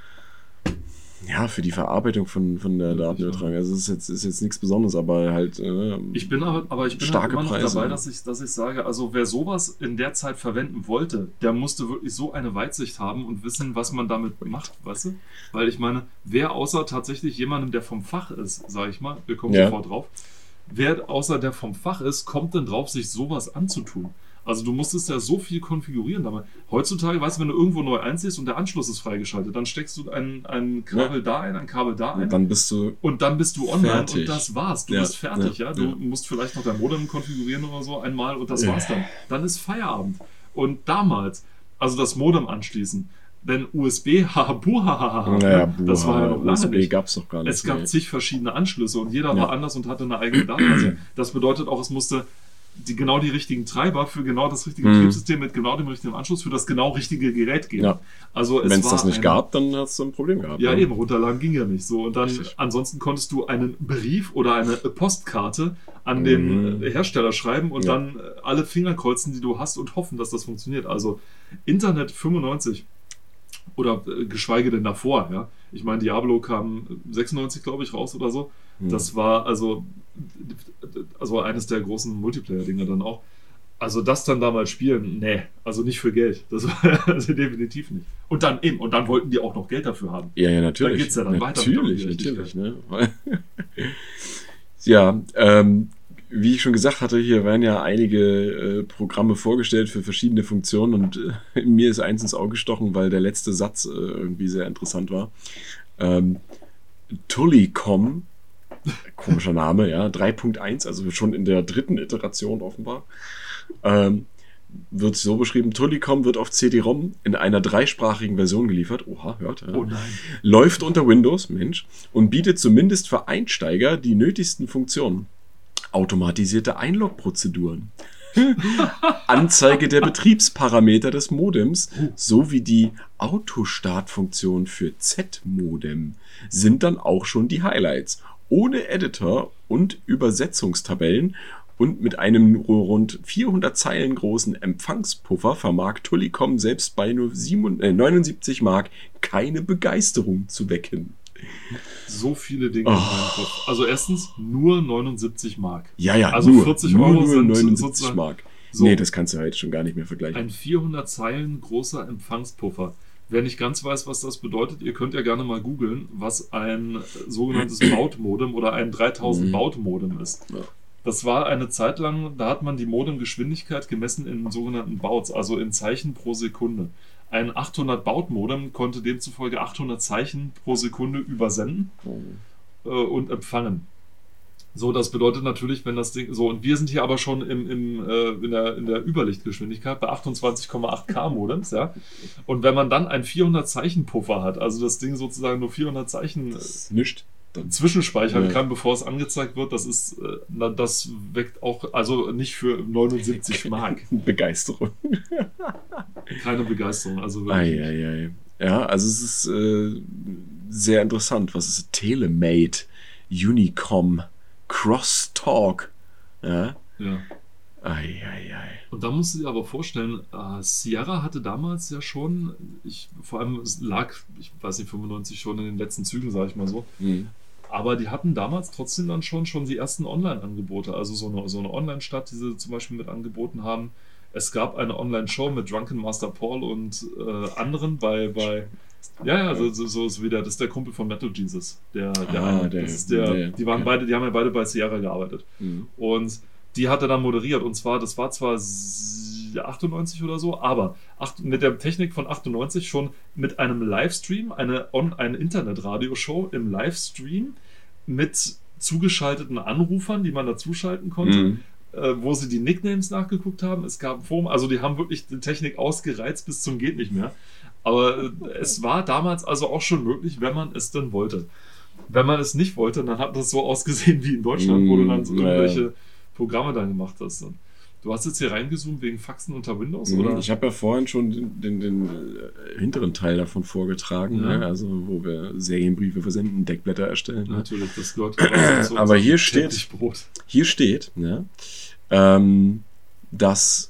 Speaker 2: ja, für die Verarbeitung von, von der Datenübertragung. Also es ist jetzt, ist jetzt nichts Besonderes, aber halt äh,
Speaker 1: ich bin aber, aber ich bin
Speaker 2: starke
Speaker 1: halt immer noch
Speaker 2: Preise.
Speaker 1: dabei, dass ich, dass ich sage, also wer sowas in der Zeit verwenden wollte, der musste wirklich so eine Weitsicht haben und wissen, was man damit macht, weißt du? Weil ich meine, wer außer tatsächlich jemandem, der vom Fach ist, sage ich mal, wir kommen
Speaker 2: Ja.
Speaker 1: sofort drauf, wer außer der vom Fach ist, kommt denn drauf, sich sowas anzutun? Also du musstest ja so viel konfigurieren damit. Heutzutage, weißt du, wenn du irgendwo neu einziehst und der Anschluss ist freigeschaltet, dann steckst du ein, ein Kabel da ein, ein Kabel da ein.
Speaker 2: und dann bist du
Speaker 1: Und dann bist du online
Speaker 2: Fertig.
Speaker 1: und das war's. Du
Speaker 2: Ja,
Speaker 1: bist fertig, ja.
Speaker 2: ja,
Speaker 1: Du
Speaker 2: ja.
Speaker 1: musst vielleicht noch dein Modem konfigurieren oder so einmal und das
Speaker 2: Ja.
Speaker 1: war's dann. Dann ist Feierabend. Und damals, also das Modem anschließen, denn U S B, haha, buhahaha,
Speaker 2: naja,
Speaker 1: das war ja noch
Speaker 2: U
Speaker 1: lange
Speaker 2: S B
Speaker 1: nicht.
Speaker 2: gab es doch gar nicht.
Speaker 1: Es gab
Speaker 2: nee.
Speaker 1: zig verschiedene Anschlüsse und jeder
Speaker 2: Ja.
Speaker 1: war anders und hatte eine eigene Datenbase. Das bedeutet auch, es musste die, genau die richtigen Treiber für genau das richtige
Speaker 2: Mhm.
Speaker 1: Betriebssystem mit genau dem richtigen Anschluss für das genau richtige Gerät geben.
Speaker 2: Ja.
Speaker 1: Also es
Speaker 2: Wenn es
Speaker 1: war
Speaker 2: das nicht
Speaker 1: eine-
Speaker 2: gab, dann hast du ein Problem gehabt.
Speaker 1: ja,
Speaker 2: ne?
Speaker 1: eben, runterladen ging ja nicht so. Und dann,
Speaker 2: Richtig.
Speaker 1: ansonsten konntest du einen Brief oder eine Postkarte an den
Speaker 2: Mhm.
Speaker 1: äh, Hersteller schreiben und
Speaker 2: Ja.
Speaker 1: dann äh, alle Finger kreuzen, die du hast und hoffen, dass das funktioniert. Also Internet fünfundneunzig oder äh, geschweige denn davor, ja. Ich meine, Diablo kam sechsundneunzig, glaube ich, raus oder so.
Speaker 2: Hm.
Speaker 1: Das war also, also eines der großen Multiplayer-Dinger dann auch. Also das dann damals spielen, nee, also nicht für Geld. Das war also definitiv nicht. Und dann eben, und dann wollten die auch noch Geld dafür haben.
Speaker 2: Ja, ja, natürlich.
Speaker 1: Da geht's ja dann weiter mit der
Speaker 2: natürlich,
Speaker 1: Ungerechtigkeit.
Speaker 2: natürlich. Ne? Ja, ähm, wie ich schon gesagt hatte, hier werden ja einige äh, Programme vorgestellt für verschiedene Funktionen und äh, mir ist eins ins Auge gestochen, weil der letzte Satz äh, irgendwie sehr interessant war. Ähm, Tullicom, komischer Name, ja, drei Punkt eins, also schon in der dritten Iteration offenbar, ähm, wird so beschrieben, Tullicom wird auf C D-ROM in einer dreisprachigen Version geliefert. Oha, hört. Ja.
Speaker 1: Oh nein.
Speaker 2: Läuft unter Windows, Mensch, und bietet zumindest für Einsteiger die nötigsten Funktionen. Automatisierte Einlog-Prozeduren, Anzeige der Betriebsparameter des Modems sowie die Autostart-Funktion für Z-Modem sind dann auch schon die Highlights. Ohne Editor und Übersetzungstabellen und mit einem rund vierhundert Zeilen großen Empfangspuffer vermag Tullicom selbst bei nur neunundsiebzig Mark keine Begeisterung zu wecken.
Speaker 1: So viele Dinge
Speaker 2: Oh.
Speaker 1: in meinem Kopf. Also erstens nur neunundsiebzig Mark.
Speaker 2: Ja, ja,
Speaker 1: Also
Speaker 2: nur,
Speaker 1: vierzig
Speaker 2: nur,
Speaker 1: Euro
Speaker 2: nur
Speaker 1: sind
Speaker 2: neunundsiebzig
Speaker 1: sozusagen-
Speaker 2: Mark.
Speaker 1: So.
Speaker 2: Nee, das kannst du heute schon gar nicht mehr vergleichen.
Speaker 1: Ein vierhundert Zeilen großer Empfangspuffer. Wer nicht ganz weiß, was das bedeutet, ihr könnt ja gerne mal googeln, was ein sogenanntes Baud-Modem oder ein dreitausend
Speaker 2: Mhm.
Speaker 1: Baud-Modem ist.
Speaker 2: Ja.
Speaker 1: Das war eine Zeit lang, da hat man die Modemgeschwindigkeit gemessen in sogenannten Bauts, also in Zeichen pro Sekunde. Ein achthundert Baud-Modem konnte demzufolge achthundert Zeichen pro Sekunde übersenden äh, und empfangen. So, das bedeutet natürlich, wenn das Ding, so, und wir sind hier aber schon im, im, äh, in, der, in der Überlichtgeschwindigkeit bei achtundzwanzig Komma acht K Modems, ja. Und wenn man dann einen vierhundert Zeichen Puffer hat, also das Ding sozusagen nur vierhundert Zeichen
Speaker 2: Das ist nichts. Dann
Speaker 1: zwischenspeichern
Speaker 2: Ja.
Speaker 1: kann, bevor es angezeigt wird, das ist, äh, na, das weckt auch, also nicht für neunundsiebzig Mark,
Speaker 2: Begeisterung.
Speaker 1: keine Begeisterung, also wirklich.
Speaker 2: Ei, ei, ei. Ja, also es ist äh, sehr interessant. Was ist Telemate, Unicom, Crosstalk? Ja.
Speaker 1: Ja.
Speaker 2: Ei, ei, ei.
Speaker 1: Und da musst du dir aber vorstellen, äh, Sierra hatte damals ja schon, ich, vor allem es lag, ich weiß nicht, fünfundneunzig schon in den letzten Zügen, sage ich mal so,
Speaker 2: Hm.
Speaker 1: aber die hatten damals trotzdem dann schon, schon die ersten Online-Angebote, also so eine, so eine Online-Stadt, die sie zum Beispiel mit angeboten haben. Es gab eine Online-Show mit Drunken Master Paul und äh, anderen bei, bei ja, ja, so, so, so, so wie der, das ist der Kumpel von Metal Jesus. Der, der,
Speaker 2: Ah,
Speaker 1: eine,
Speaker 2: der-
Speaker 1: das ist der,
Speaker 2: der-
Speaker 1: die waren
Speaker 2: ja.
Speaker 1: beide, die haben ja beide bei Sierra gearbeitet.
Speaker 2: Hm.
Speaker 1: Und die hat er dann moderiert. Und zwar, das war zwar achtundneunzig oder so, aber acht, mit der Technik von achtundneunzig schon mit einem Livestream, eine, On, eine Internetradioshow im Livestream mit zugeschalteten Anrufern, die man dazuschalten konnte,
Speaker 2: Hm.
Speaker 1: äh, wo sie die Nicknames nachgeguckt haben. Es gab Forum, also die haben wirklich die Technik ausgereizt bis zum geht nicht mehr. Aber äh, es war damals also auch schon möglich, wenn man es denn wollte. Wenn man es nicht wollte, dann hat das so ausgesehen wie in Deutschland, wo du dann so
Speaker 2: Mm, ja, ja.
Speaker 1: irgendwelche Programme dann gemacht hast. Du hast jetzt hier reingezoomt wegen Faxen unter Windows,
Speaker 2: Mhm.
Speaker 1: oder?
Speaker 2: Ich habe ja vorhin schon den, den, den äh, hinteren Teil davon vorgetragen,
Speaker 1: Ja.
Speaker 2: ne? Also wo wir Serienbriefe versenden, Deckblätter erstellen. Ne?
Speaker 1: Natürlich, das gehört quasi zu
Speaker 2: Aber
Speaker 1: unserem
Speaker 2: hier steht-
Speaker 1: täglichen Brot.
Speaker 2: Hier steht, ne, ähm, dass,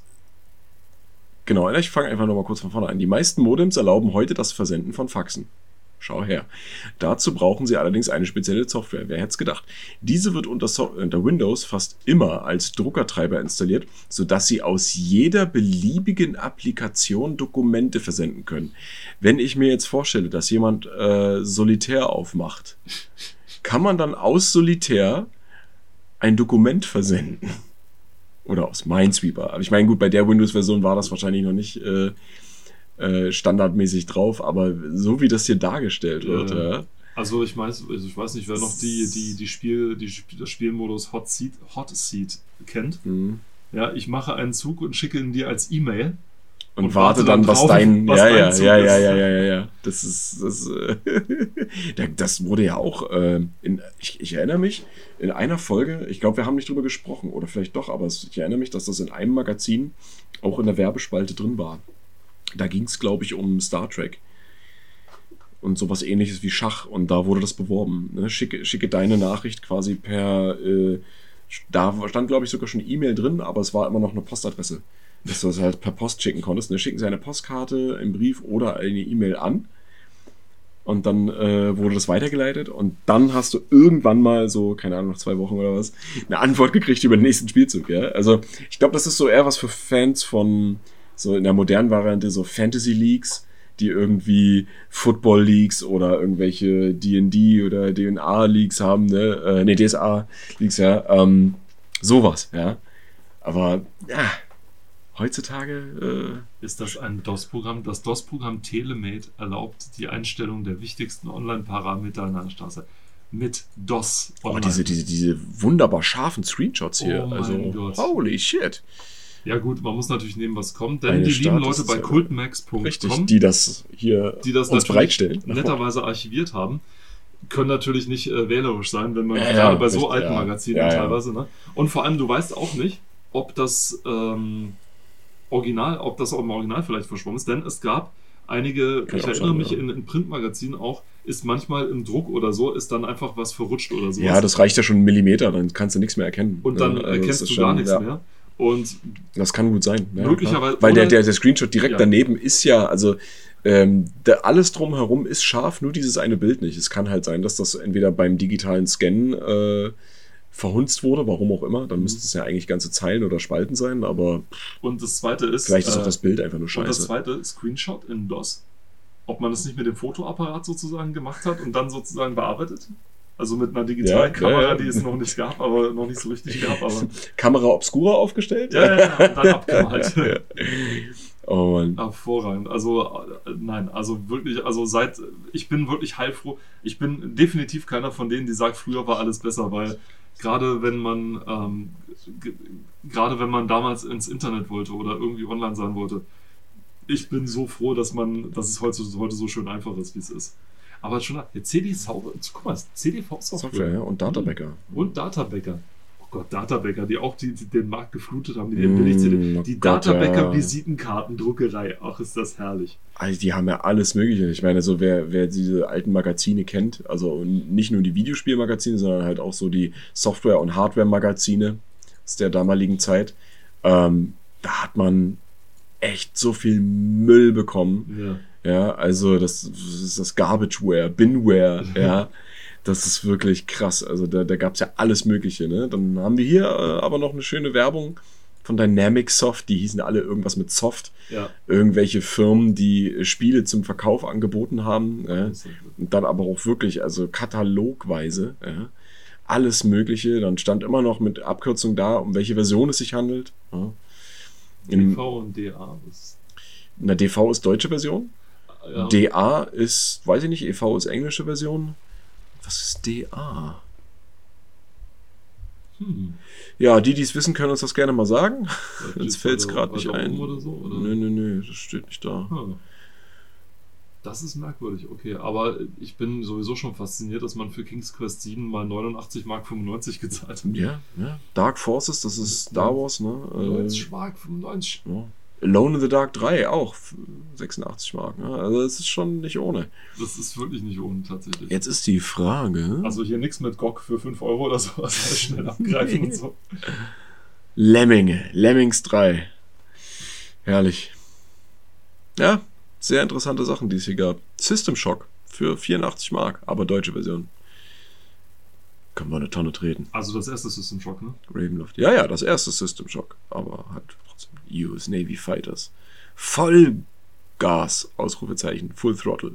Speaker 2: genau, ich fange einfach nochmal kurz von vorne an. Die meisten Modems erlauben heute das Versenden von Faxen. Schau her. Dazu brauchen sie allerdings eine spezielle Software. Wer hätte es gedacht? Diese wird unter, so unter Windows fast immer als Druckertreiber installiert, sodass sie aus jeder beliebigen Applikation Dokumente versenden können. Wenn ich mir jetzt vorstelle, dass jemand äh, Solitär aufmacht, kann man dann aus Solitär ein Dokument versenden? Oder aus Minesweeper. Aber ich meine, gut, bei der Windows-Version war das wahrscheinlich noch nicht äh, äh, standardmäßig drauf, aber so wie das hier dargestellt wird,
Speaker 1: Ja.
Speaker 2: ja.
Speaker 1: Also ich weiß, also ich weiß nicht, wer noch die, die, die Spiel, die, Sp- das Spielmodus Hot Seat, Hot Seat kennt.
Speaker 2: Mhm.
Speaker 1: Ja, ich mache einen Zug und schicke ihn dir als E-Mail.
Speaker 2: Und,
Speaker 1: Und
Speaker 2: warte
Speaker 1: warte
Speaker 2: dann,
Speaker 1: dann
Speaker 2: was
Speaker 1: drauf,
Speaker 2: dein,
Speaker 1: was
Speaker 2: ja,
Speaker 1: dein
Speaker 2: ja,
Speaker 1: Zug
Speaker 2: ja, ja,
Speaker 1: ist.
Speaker 2: ja, ja, ja, ja. Das ist, das, äh, da- das wurde ja auch, äh, in, ich, ich erinnere mich, in einer Folge, ich glaube, wir haben nicht drüber gesprochen, oder vielleicht doch, aber es, ich erinnere mich, dass das in einem Magazin auch in der Werbespalte drin war. Da ging es, glaube ich, um Star Trek. Und sowas ähnliches wie Schach. Und da wurde das beworben. Ne? Schicke, schicke deine Nachricht quasi per, äh, da stand, glaube ich, sogar schon E-Mail drin, aber es war immer noch eine Postadresse. Dass du das halt per Post schicken konntest. Ne? Schicken sie eine Postkarte, einen Brief oder eine E-Mail an. Und dann äh, wurde das weitergeleitet. Und dann hast du irgendwann mal so, keine Ahnung, nach zwei Wochen oder was, eine Antwort gekriegt über den nächsten Spielzug. Ja? Also ich glaube, das ist so eher was für Fans von, so in der modernen Variante, so Fantasy Leagues, die irgendwie Football Leagues oder irgendwelche D und D oder D und A Leagues haben, ne, äh, ne, D S A Leagues, ja, ähm, sowas, ja. Aber, ja, heutzutage äh,
Speaker 1: ist das ein DOS-Programm. Das DOS-Programm Telemate erlaubt die Einstellung der wichtigsten Online-Parameter an einer Straße. Mit DOS
Speaker 2: oh, diese, diese, diese wunderbar scharfen Screenshots hier.
Speaker 1: Oh mein
Speaker 2: also,
Speaker 1: Gott.
Speaker 2: Holy shit.
Speaker 1: Ja gut, man muss natürlich nehmen, was kommt, denn
Speaker 2: Eine
Speaker 1: die lieben
Speaker 2: Status-
Speaker 1: Leute bei cultmax punkt com,
Speaker 2: Richtig, die das hier
Speaker 1: die das
Speaker 2: uns
Speaker 1: natürlich
Speaker 2: bereitstellen.
Speaker 1: netterweise archiviert haben, können natürlich nicht äh, wählerisch sein, wenn man
Speaker 2: Ja,
Speaker 1: gerade
Speaker 2: ja,
Speaker 1: bei so
Speaker 2: richtig,
Speaker 1: alten
Speaker 2: ja.
Speaker 1: Magazinen
Speaker 2: Ja, ja.
Speaker 1: teilweise, ne? Und vor allem, du weißt auch nicht, ob das ähm, Original, ob das auch im Original vielleicht verschwommen ist, denn es gab einige,
Speaker 2: Kann
Speaker 1: ich
Speaker 2: auch
Speaker 1: erinnere
Speaker 2: sein,
Speaker 1: mich
Speaker 2: ja.
Speaker 1: in, in Printmagazinen auch, ist manchmal im Druck oder so, ist dann einfach was verrutscht oder sowas.
Speaker 2: Ja, das reicht ja schon einen Millimeter, dann kannst du nichts mehr erkennen.
Speaker 1: Und dann
Speaker 2: Ja, also
Speaker 1: erkennst
Speaker 2: das
Speaker 1: du
Speaker 2: ist
Speaker 1: gar
Speaker 2: schon-
Speaker 1: nichts
Speaker 2: ja.
Speaker 1: mehr. Und
Speaker 2: Das kann gut sein. Ja,
Speaker 1: Möglicherweise-
Speaker 2: klar. Weil der,
Speaker 1: oder-
Speaker 2: der, der Screenshot direkt
Speaker 1: Ja.
Speaker 2: daneben ist ja, also ähm, der, alles drumherum ist scharf, nur dieses eine Bild nicht. Es kann halt sein, dass das entweder beim digitalen Scannen äh, verhunzt wurde, warum auch immer. Dann müsste es ja eigentlich ganze Zeilen oder Spalten sein, aber
Speaker 1: Und das zweite ist.
Speaker 2: vielleicht ist
Speaker 1: äh,
Speaker 2: auch das Bild einfach nur
Speaker 1: Und das
Speaker 2: scheiße.
Speaker 1: zweite, Screenshot in DOS. Ob man das nicht mit dem Fotoapparat sozusagen gemacht hat und dann sozusagen bearbeitet? Also mit einer digitalen
Speaker 2: Ja,
Speaker 1: Kamera,
Speaker 2: ja, ja.
Speaker 1: die es noch nicht gab, aber noch nicht so richtig gab. Aber
Speaker 2: Kamera obscura aufgestellt?
Speaker 1: ja, ja, ja, und dann abgemalt.
Speaker 2: Ja. Oh Mann.
Speaker 1: Hervorragend. Also äh, nein, also wirklich, also seit, ich bin wirklich heilfroh. Ich bin definitiv keiner von denen, die sagt, früher war alles besser, weil gerade wenn man ähm, g- gerade wenn man damals ins Internet wollte oder irgendwie online sein wollte, ich bin so froh, dass man, dass es heute, heute so schön einfach ist, wie es ist. Aber schon, jetzt C D V, guck mal, C D V-Software.
Speaker 2: Software, ja, und Databäcker.
Speaker 1: Und Databäcker. Oh Gott, Databäcker, die auch die, die den Markt geflutet haben, die
Speaker 2: Mm,
Speaker 1: Billig-C D.
Speaker 2: oh
Speaker 1: Die
Speaker 2: Gott, ja.
Speaker 1: Databäcker-Visitenkartendruckerei. Ach, ist das herrlich.
Speaker 2: Also die haben ja alles Mögliche. Ich meine, so wer, wer diese alten Magazine kennt, also nicht nur die Videospielmagazine, sondern halt auch so die Software- und Hardware-Magazine aus der damaligen Zeit, ähm, da hat man echt so viel Müll bekommen.
Speaker 1: Ja.
Speaker 2: Ja, also das, das ist das Garbageware, Binware, ja. Das ist wirklich krass. Also da, da gab es ja alles Mögliche. Ne? Dann haben wir hier äh, aber noch eine schöne Werbung von Dynamic Soft. Die hießen alle irgendwas mit Soft.
Speaker 1: Ja.
Speaker 2: Irgendwelche Firmen, die Spiele zum Verkauf angeboten haben. Ja? Und dann aber auch wirklich, also katalogweise. Ja? Alles Mögliche. Dann stand immer noch mit Abkürzung da, um welche Version es sich handelt. Ja?
Speaker 1: D V und D A. Das,
Speaker 2: Na, D V ist deutsche Version.
Speaker 1: ja.
Speaker 2: D A ist, weiß ich nicht, E V ist englische Version. Was ist D A?
Speaker 1: Hm.
Speaker 2: Ja, die, die es wissen, können uns das gerne mal sagen.
Speaker 1: Vielleicht
Speaker 2: Uns
Speaker 1: steht's
Speaker 2: fällt es
Speaker 1: weiter-
Speaker 2: gerade nicht
Speaker 1: weiter
Speaker 2: ein.
Speaker 1: oben Oder so, oder?
Speaker 2: Nö, nö, nö, das steht nicht da.
Speaker 1: Hm. Das ist merkwürdig, okay. Aber ich bin sowieso schon fasziniert, dass man für King's Quest sieben mal neunundachtzig Mark fünfundneunzig gezahlt hat.
Speaker 2: Ja, ja. Dark Forces, das ist Star Wars, ne?
Speaker 1: neunzig
Speaker 2: Äh,
Speaker 1: Mark fünfundneunzig.
Speaker 2: ja. Alone in the Dark drei auch sechsundachtzig Mark. Ne? Also es ist schon nicht ohne.
Speaker 1: Das ist wirklich nicht ohne tatsächlich.
Speaker 2: Jetzt ist die Frage.
Speaker 1: Also hier nichts mit G O G für fünf Euro oder sowas. Also schnell abgreifen und so.
Speaker 2: Lemminge, Lemmings drei. Herrlich. Ja, sehr interessante Sachen, die es hier gab. System Shock für vierundachtzig Mark, aber deutsche Version. Können wir eine Tonne treten.
Speaker 1: Also das erste System Shock, ne?
Speaker 2: Ravenloft. Ja, ja, das erste System Shock, aber halt trotzdem U S Navy Fighters. Vollgas, Ausrufezeichen, Full Throttle.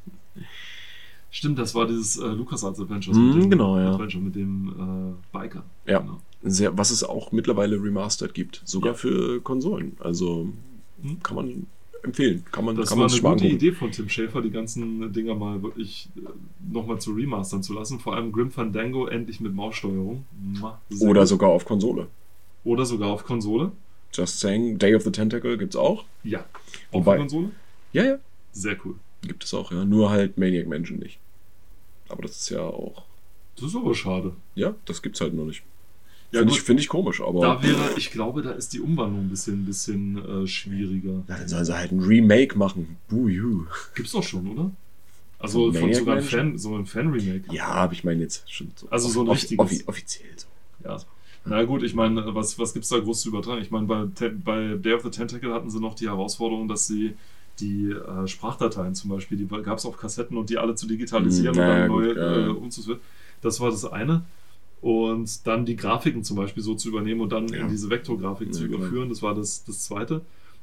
Speaker 1: Stimmt, das war dieses äh, LucasArts Adventures
Speaker 2: Mm,
Speaker 1: mit dem,
Speaker 2: genau, ja.
Speaker 1: Adventure mit dem äh, Biker.
Speaker 2: Ja.
Speaker 1: Genau.
Speaker 2: Sehr, was es auch mittlerweile remastered gibt, sogar
Speaker 1: Ja.
Speaker 2: für Konsolen. Also
Speaker 1: Hm?
Speaker 2: kann man empfehlen. Kann man,
Speaker 1: Das
Speaker 2: kann
Speaker 1: war
Speaker 2: man
Speaker 1: eine
Speaker 2: sich mal
Speaker 1: gute
Speaker 2: angucken.
Speaker 1: Idee von Tim Schafer, die ganzen Dinger mal wirklich nochmal zu remastern zu lassen. Vor allem Grim Fandango endlich mit Maussteuerung. Mua, sehr
Speaker 2: Oder
Speaker 1: gut.
Speaker 2: sogar auf Konsole.
Speaker 1: Oder sogar auf Konsole.
Speaker 2: Just saying, Day of the Tentacle gibt's auch.
Speaker 1: Ja. Auf
Speaker 2: Wobei-
Speaker 1: Konsole?
Speaker 2: Ja, ja.
Speaker 1: Sehr cool.
Speaker 2: Gibt es auch, ja. Nur halt Maniac Mansion nicht. Aber das ist ja auch.
Speaker 1: Das ist aber schade.
Speaker 2: Ja, das gibt's halt noch nicht.
Speaker 1: Ja,
Speaker 2: Finde
Speaker 1: gut.
Speaker 2: ich, find ich komisch, aber.
Speaker 1: Da wäre, ich glaube, da ist die Umwandlung ein bisschen, ein bisschen äh, schwieriger.
Speaker 2: Na, dann sollen sie halt ein Remake machen. Buhu.
Speaker 1: Gibt's doch schon, oder? Also
Speaker 2: Von
Speaker 1: von
Speaker 2: Maniac
Speaker 1: sogar ein
Speaker 2: Mansion?
Speaker 1: Fan, so ein Fan-Remake.
Speaker 2: Ja, aber ich meine jetzt schon so.
Speaker 1: Also so ein
Speaker 2: offi-
Speaker 1: richtiges.
Speaker 2: offi- offiziell so.
Speaker 1: Ja. Na gut, ich meine, was, was gibt es da groß zu übertragen? Ich meine, bei, Te- bei Day of the Tentacle hatten sie noch die Herausforderung, dass sie die äh, Sprachdateien zum Beispiel, die gab es auf Kassetten und die alle zu digitalisieren
Speaker 2: Hm,
Speaker 1: und
Speaker 2: naja,
Speaker 1: dann neu
Speaker 2: gut, ja.
Speaker 1: äh, umzusetzen. Das war das eine. Und dann die Grafiken zum Beispiel so zu übernehmen und dann
Speaker 2: Ja.
Speaker 1: in diese Vektorgrafik
Speaker 2: Ja,
Speaker 1: zu
Speaker 2: klar.
Speaker 1: überführen, das war das, das zweite.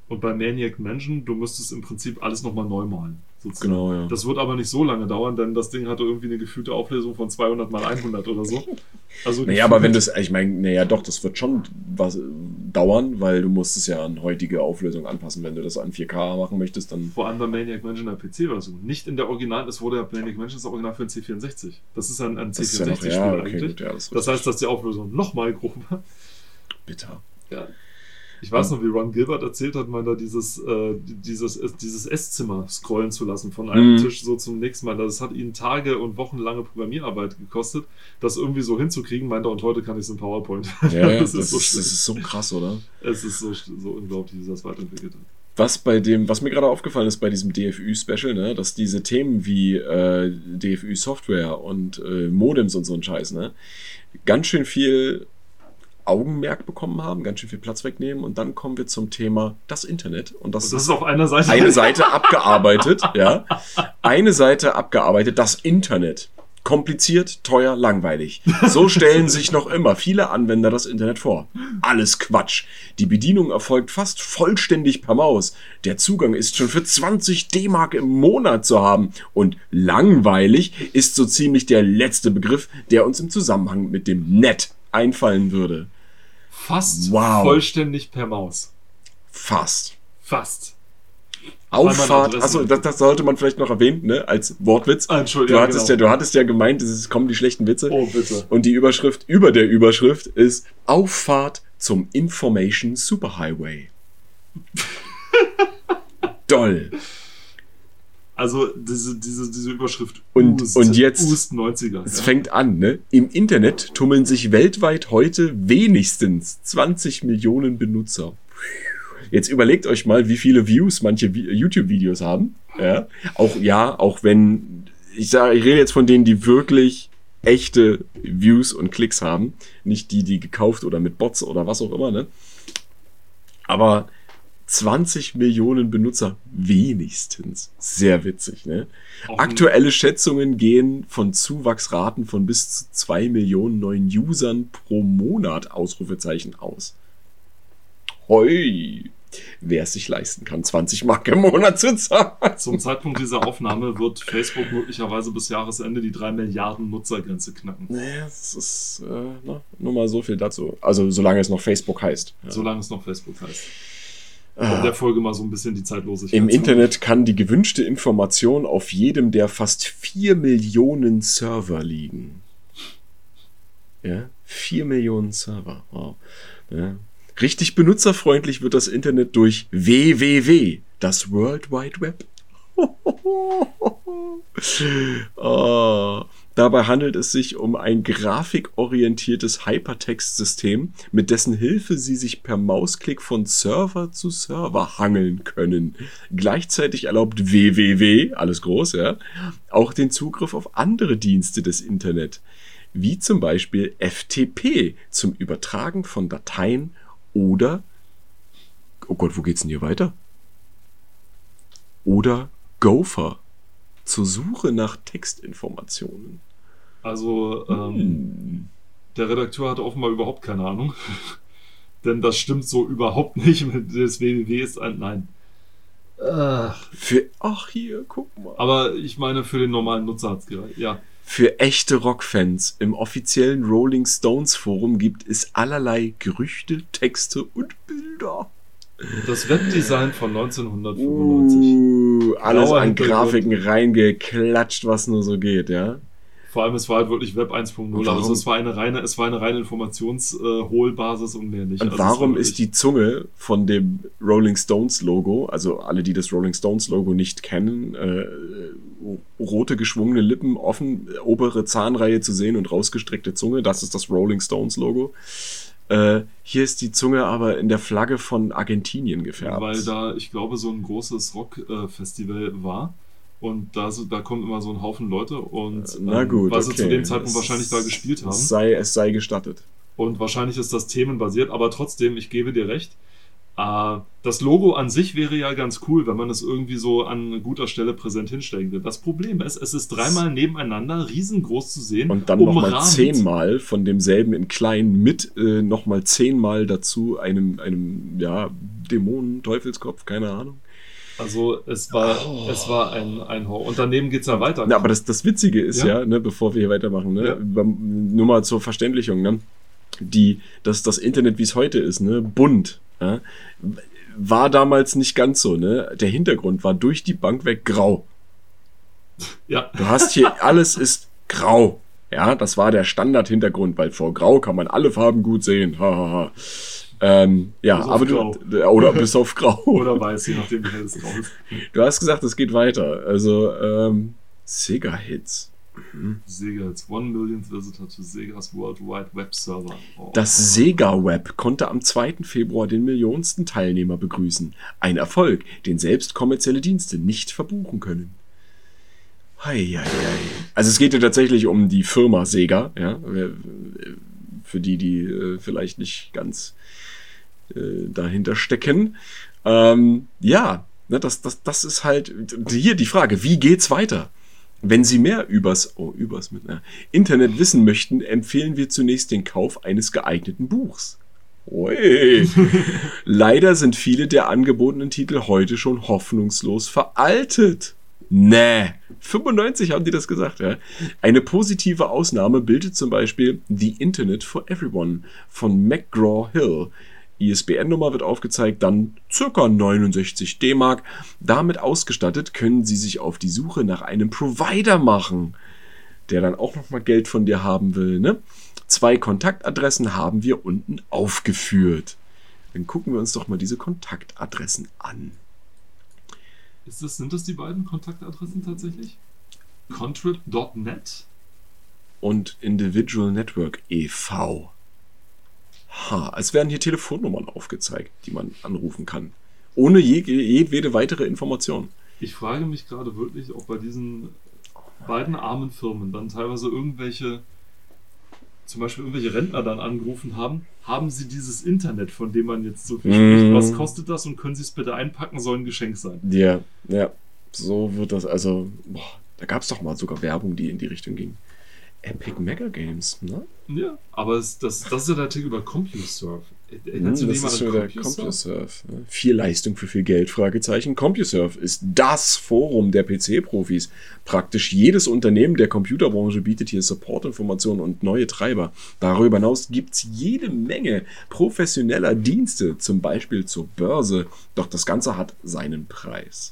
Speaker 1: Und bei Maniac Mansion, du müsstest im Prinzip alles nochmal neu malen. Sozusagen.
Speaker 2: Genau, ja.
Speaker 1: Das wird aber nicht so lange dauern, denn das Ding hatte irgendwie eine gefühlte Auflösung von zweihundert mal hundert oder so. Also
Speaker 2: naja, aber wenn das, ich meine, naja doch, das wird schon was dauern, weil du musst es ja an heutige Auflösung anpassen. Wenn du das an vier K machen möchtest, dann...
Speaker 1: Vor allem bei Maniac Mansion in der P C-Version. Nicht in der Original, es wurde ja Maniac Mansion das Original für ein C vierundsechzig. Das ist ein, ein C vierundsechzig-Spiel
Speaker 2: ja ja, okay,
Speaker 1: eigentlich.
Speaker 2: gut, ja, das,
Speaker 1: das heißt, dass die Auflösung nochmal grober.
Speaker 2: Bitter.
Speaker 1: Ja. Ich weiß noch, wie Ron Gilbert erzählt hat, man da dieses, äh, dieses, dieses Esszimmer scrollen zu lassen, von einem mhm. Tisch so zum nächsten Mal. Das hat ihn Tage und wochenlange Programmierarbeit gekostet, das irgendwie so hinzukriegen, meinte er, und heute kann ich es in PowerPoint.
Speaker 2: Ja, ja,
Speaker 1: das,
Speaker 2: das,
Speaker 1: ist so
Speaker 2: ist, das ist so krass, oder?
Speaker 1: Es ist so, so unglaublich, wie das weiterentwickelt hat.
Speaker 2: Was bei dem, was mir gerade aufgefallen ist bei diesem D F Ü-Special, ne, dass diese Themen wie äh, D F Ü-Software und äh, Modems und so ein Scheiß, ne, ganz schön viel Augenmerk bekommen haben, ganz schön viel Platz wegnehmen, und dann kommen wir zum Thema das Internet, und das,
Speaker 1: und das ist auf einer Seite
Speaker 2: eine Seite abgearbeitet, ja, eine Seite abgearbeitet, das Internet. Kompliziert, teuer, langweilig. So stellen sich noch immer viele Anwender das Internet vor. Alles Quatsch. Die Bedienung erfolgt fast vollständig per Maus. Der Zugang ist schon für zwanzig D-Mark im Monat zu haben. Und langweilig ist so ziemlich der letzte Begriff, der uns im Zusammenhang mit dem Net einfallen würde.
Speaker 1: Fast
Speaker 2: wow.
Speaker 1: vollständig per Maus.
Speaker 2: Fast.
Speaker 1: Fast.
Speaker 2: Auffahrt, achso, das, das sollte man vielleicht noch erwähnen, ne, als Wortwitz.
Speaker 1: Ah, Entschuldigung,
Speaker 2: du, hattest
Speaker 1: genau.
Speaker 2: ja, du hattest ja gemeint, es kommen die schlechten Witze.
Speaker 1: Oh, bitte.
Speaker 2: Und die Überschrift über der Überschrift ist Auffahrt zum Information Superhighway. Doll.
Speaker 1: Also diese, diese, diese Überschrift
Speaker 2: und,
Speaker 1: Ust,
Speaker 2: und jetzt
Speaker 1: Ust neunziger.
Speaker 2: Es
Speaker 1: ja.
Speaker 2: fängt an, ne? Im Internet tummeln sich weltweit heute wenigstens zwanzig Millionen Benutzer. Jetzt überlegt euch mal, wie viele Views manche YouTube-Videos haben. Ja? Auch ja, auch wenn ich sage, ich rede jetzt von denen, die wirklich echte Views und Klicks haben, nicht die, die gekauft oder mit Bots oder was auch immer, ne? Aber zwanzig Millionen Benutzer wenigstens. Sehr witzig, ne? Aktuelle Schätzungen gehen von Zuwachsraten von bis zu zwei Millionen neuen Usern pro Monat, Ausrufezeichen, aus. Hoi! Wer es sich leisten kann, zwanzig Mark im Monat zu zahlen.
Speaker 1: Zum Zeitpunkt dieser Aufnahme wird Facebook möglicherweise bis Jahresende die drei Milliarden Nutzergrenze knacken.
Speaker 2: Naja, das ist äh, na, nur mal so viel dazu. Also solange es noch Facebook heißt. Ja.
Speaker 1: Solange es noch Facebook heißt. In der Folge mal so ein bisschen die Zeitlosigkeit.
Speaker 2: Im Internet kann die gewünschte Information auf jedem der fast vier Millionen Server liegen. Ja, vier Millionen Server. Wow. Ja. Richtig benutzerfreundlich wird das Internet durch W W W, das World Wide Web. Oh. Dabei handelt es sich um ein grafikorientiertes Hypertext-System, mit dessen Hilfe Sie sich per Mausklick von Server zu Server hangeln können. Gleichzeitig erlaubt W W W, alles groß, ja, auch den Zugriff auf andere Dienste des Internet, wie zum Beispiel F T P zum Übertragen von Dateien oder, oh Gott, wo geht's denn hier weiter? Oder Gopher zur Suche nach Textinformationen.
Speaker 1: Also, ähm, hm. der Redakteur hatte offenbar überhaupt keine Ahnung. Denn das stimmt so überhaupt nicht. Das W W W ist ein Nein.
Speaker 2: Ach, für, ach hier, guck mal.
Speaker 1: Aber ich meine, für den normalen Nutzer hat es gereicht, ja.
Speaker 2: Für echte Rockfans im offiziellen Rolling Stones Forum gibt es allerlei Gerüchte, Texte und Bilder.
Speaker 1: Das Webdesign von neunzehnhundertfünfundneunzig.
Speaker 2: Uh, alles an Grafiken reingeklatscht, was nur so geht, ja.
Speaker 1: Vor allem, es war halt wirklich Web eins Punkt null. Also es war eine reine, es war eine reine Informationshohlbasis äh, und mehr nicht.
Speaker 2: Und
Speaker 1: also
Speaker 2: warum ist die Zunge von dem Rolling Stones Logo, also alle, die das Rolling Stones Logo nicht kennen, äh, rote geschwungene Lippen, offen, obere Zahnreihe zu sehen und rausgestreckte Zunge, das ist das Rolling Stones Logo. Äh, hier ist die Zunge aber in der Flagge von Argentinien gefärbt.
Speaker 1: Weil da, ich glaube, so ein großes Rock-Festival äh, war. Und da, da kommt immer so ein Haufen Leute und ähm,
Speaker 2: Na gut,
Speaker 1: weil sie
Speaker 2: okay.
Speaker 1: zu dem Zeitpunkt es, wahrscheinlich da gespielt haben.
Speaker 2: Es sei, es sei gestattet.
Speaker 1: Und wahrscheinlich ist das themenbasiert, aber trotzdem, ich gebe dir recht, Äh, das Logo an sich wäre ja ganz cool, wenn man es irgendwie so an guter Stelle präsent hinstellen will. Das Problem ist, es ist dreimal nebeneinander riesengroß zu sehen.
Speaker 2: Und dann nochmal zehnmal von demselben in klein mit äh, nochmal zehnmal dazu einem, einem ja, Dämonen, Teufelskopf, keine Ahnung.
Speaker 1: Also es war, oh. es war ein, ein Horror. Und daneben geht es ja weiter.
Speaker 2: Na, aber das, das Witzige ist ja, ja ne, bevor wir hier weitermachen, ne,
Speaker 1: ja.
Speaker 2: nur mal zur Verständlichung, ne, die, das, das Internet, wie es heute ist, ne, bunt, ja, war damals nicht ganz so. Ne? Der Hintergrund war durch die Bank weg grau.
Speaker 1: Ja.
Speaker 2: Du hast hier, alles ist grau. Ja, das war der Standard-Hintergrund, weil vor grau kann man alle Farben gut sehen. Ha, ha, ha. Ähm, ja,
Speaker 1: bis
Speaker 2: aber
Speaker 1: grau.
Speaker 2: du, oder bis auf grau.
Speaker 1: Oder weiß, je nachdem, wie hell es grau ist.
Speaker 2: Du hast gesagt, es geht weiter. Also, ähm, Sega-Hits.
Speaker 1: Mhm. Sega Hits. One millionth visitor to Sega's World Wide Web Server. Oh.
Speaker 2: Das Sega-Web konnte am zweiten Februar den millionsten Teilnehmer begrüßen. Ein Erfolg, den selbst kommerzielle Dienste nicht verbuchen können. Hei, hei, hei. Also es geht ja tatsächlich um die Firma Sega, ja, für die, die äh, vielleicht nicht ganz äh, dahinter stecken. Ähm, ja, ne, das, das, das ist halt hier die Frage, wie geht's weiter? Wenn Sie mehr übers, oh, übers mit, na, Internet wissen möchten, empfehlen wir zunächst den Kauf eines geeigneten Buchs. Ui. Leider sind viele der angebotenen Titel heute schon hoffnungslos veraltet. Nee, fünfundneunzig haben die das gesagt. Ja? Eine positive Ausnahme bildet zum Beispiel The Internet for Everyone von McGraw-Hill. I S B N-Nummer wird aufgezeigt, dann ca. neunundsechzig D-Mark. Damit ausgestattet können Sie sich auf die Suche nach einem Provider machen, der dann auch nochmal Geld von dir haben will. Ne? Zwei Kontaktadressen haben wir unten aufgeführt. Dann gucken wir uns doch mal diese Kontaktadressen an.
Speaker 1: Ist das, sind das die beiden Kontaktadressen tatsächlich? Contrib Punkt net
Speaker 2: und Individual Network e V. Ha, es werden hier Telefonnummern aufgezeigt, die man anrufen kann. Ohne je, jedwede weitere Information.
Speaker 1: Ich frage mich gerade wirklich, ob bei diesen beiden armen Firmen dann teilweise irgendwelche, zum Beispiel irgendwelche Rentner dann angerufen haben. Haben sie dieses Internet, von dem man jetzt so viel spricht?
Speaker 2: Mm.
Speaker 1: Was kostet das und können Sie es bitte einpacken? Soll ein Geschenk sein.
Speaker 2: Ja, ja, so wird das, also, boah, da gab es doch mal sogar Werbung, die in die Richtung ging. Epic Mega Games, ne?
Speaker 1: Ja, aber es, das, das ist ja der Artikel über CompuServe.
Speaker 2: Hm, das ist schon der CompuServe. Ne? Viel Leistung für viel Geld, Fragezeichen. CompuServe ist das Forum der P C-Profis. Praktisch jedes Unternehmen der Computerbranche bietet hier Support-Informationen und neue Treiber. Darüber hinaus gibt es jede Menge professioneller Dienste, zum Beispiel zur Börse. Doch das Ganze hat seinen Preis.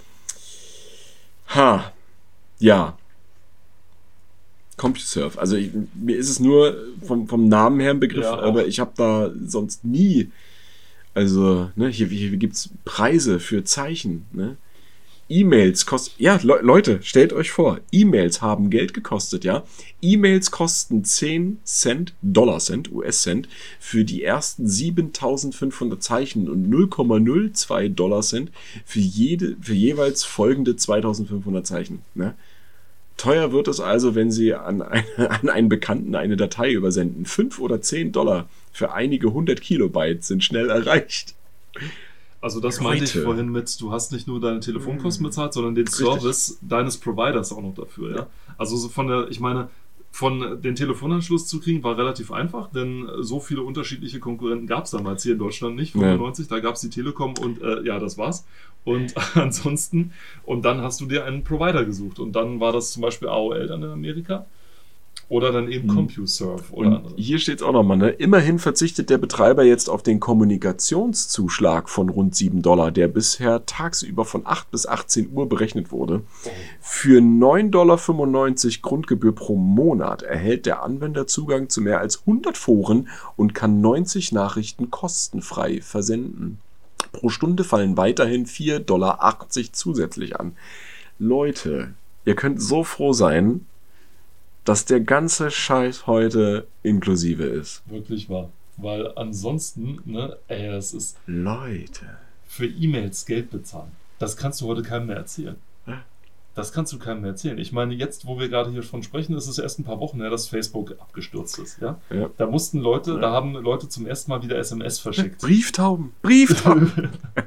Speaker 2: Ha, ja. CompuServe. Also ich, mir ist es nur vom, vom Namen her ein Begriff, ja, aber ich habe da sonst nie, also ne, hier, hier gibt es Preise für Zeichen. Ne? E-Mails kosten, ja Le- Leute, stellt euch vor, E-Mails haben Geld gekostet, ja. E-Mails kosten zehn Cent, Dollar Cent, U S-Cent für die ersten siebentausendfünfhundert Zeichen und null Komma null zwei Dollar Cent für, jede, für jeweils folgende zweitausendfünfhundert Zeichen. Ne? Teuer wird es also, wenn Sie an, eine, an einen Bekannten eine Datei übersenden. Fünf oder zehn Dollar für einige hundert Kilobyte sind schnell erreicht.
Speaker 1: Also das Leute. meinte ich vorhin mit, du hast nicht nur deine Telefonkosten bezahlt, sondern den
Speaker 2: Richtig.
Speaker 1: Service deines Providers auch noch dafür. Ja? Also so von der, ich meine, von den Telefonanschluss zu kriegen war relativ einfach, denn so viele unterschiedliche Konkurrenten gab es damals hier in Deutschland nicht. fünfundneunzig, ja. Da gab es die Telekom und äh, ja, das war's. Und ansonsten, und dann hast du dir einen Provider gesucht. Und dann war das zum Beispiel A O L dann in Amerika. Oder dann eben hm. CompuServe oder
Speaker 2: und
Speaker 1: andere.
Speaker 2: Hier steht es auch nochmal, ne? Immerhin verzichtet der Betreiber jetzt auf den Kommunikationszuschlag von rund sieben Dollar, der bisher tagsüber von acht bis achtzehn Uhr berechnet wurde. Oh. Für neun Komma fünfundneunzig Dollar Grundgebühr pro Monat erhält der Anwender Zugang zu mehr als hundert Foren und kann neunzig Nachrichten kostenfrei versenden. Pro Stunde fallen weiterhin vier Komma achtzig Dollar zusätzlich an. Leute, ihr könnt so froh sein, dass der ganze Scheiß heute inklusive ist.
Speaker 1: Wirklich wahr. Weil ansonsten, ne, ey, es ist...
Speaker 2: Leute.
Speaker 1: Für E-Mails Geld bezahlen. Das kannst du heute keinem mehr erzählen. Das kannst du keinem mehr erzählen. Ich meine, jetzt, wo wir gerade hier von sprechen, ist es erst ein paar Wochen her, dass Facebook abgestürzt ist. Ja?
Speaker 2: Ja.
Speaker 1: Da mussten Leute,
Speaker 2: Ja.
Speaker 1: da haben Leute zum ersten Mal wieder S M S verschickt.
Speaker 2: Brieftauben, Brieftauben.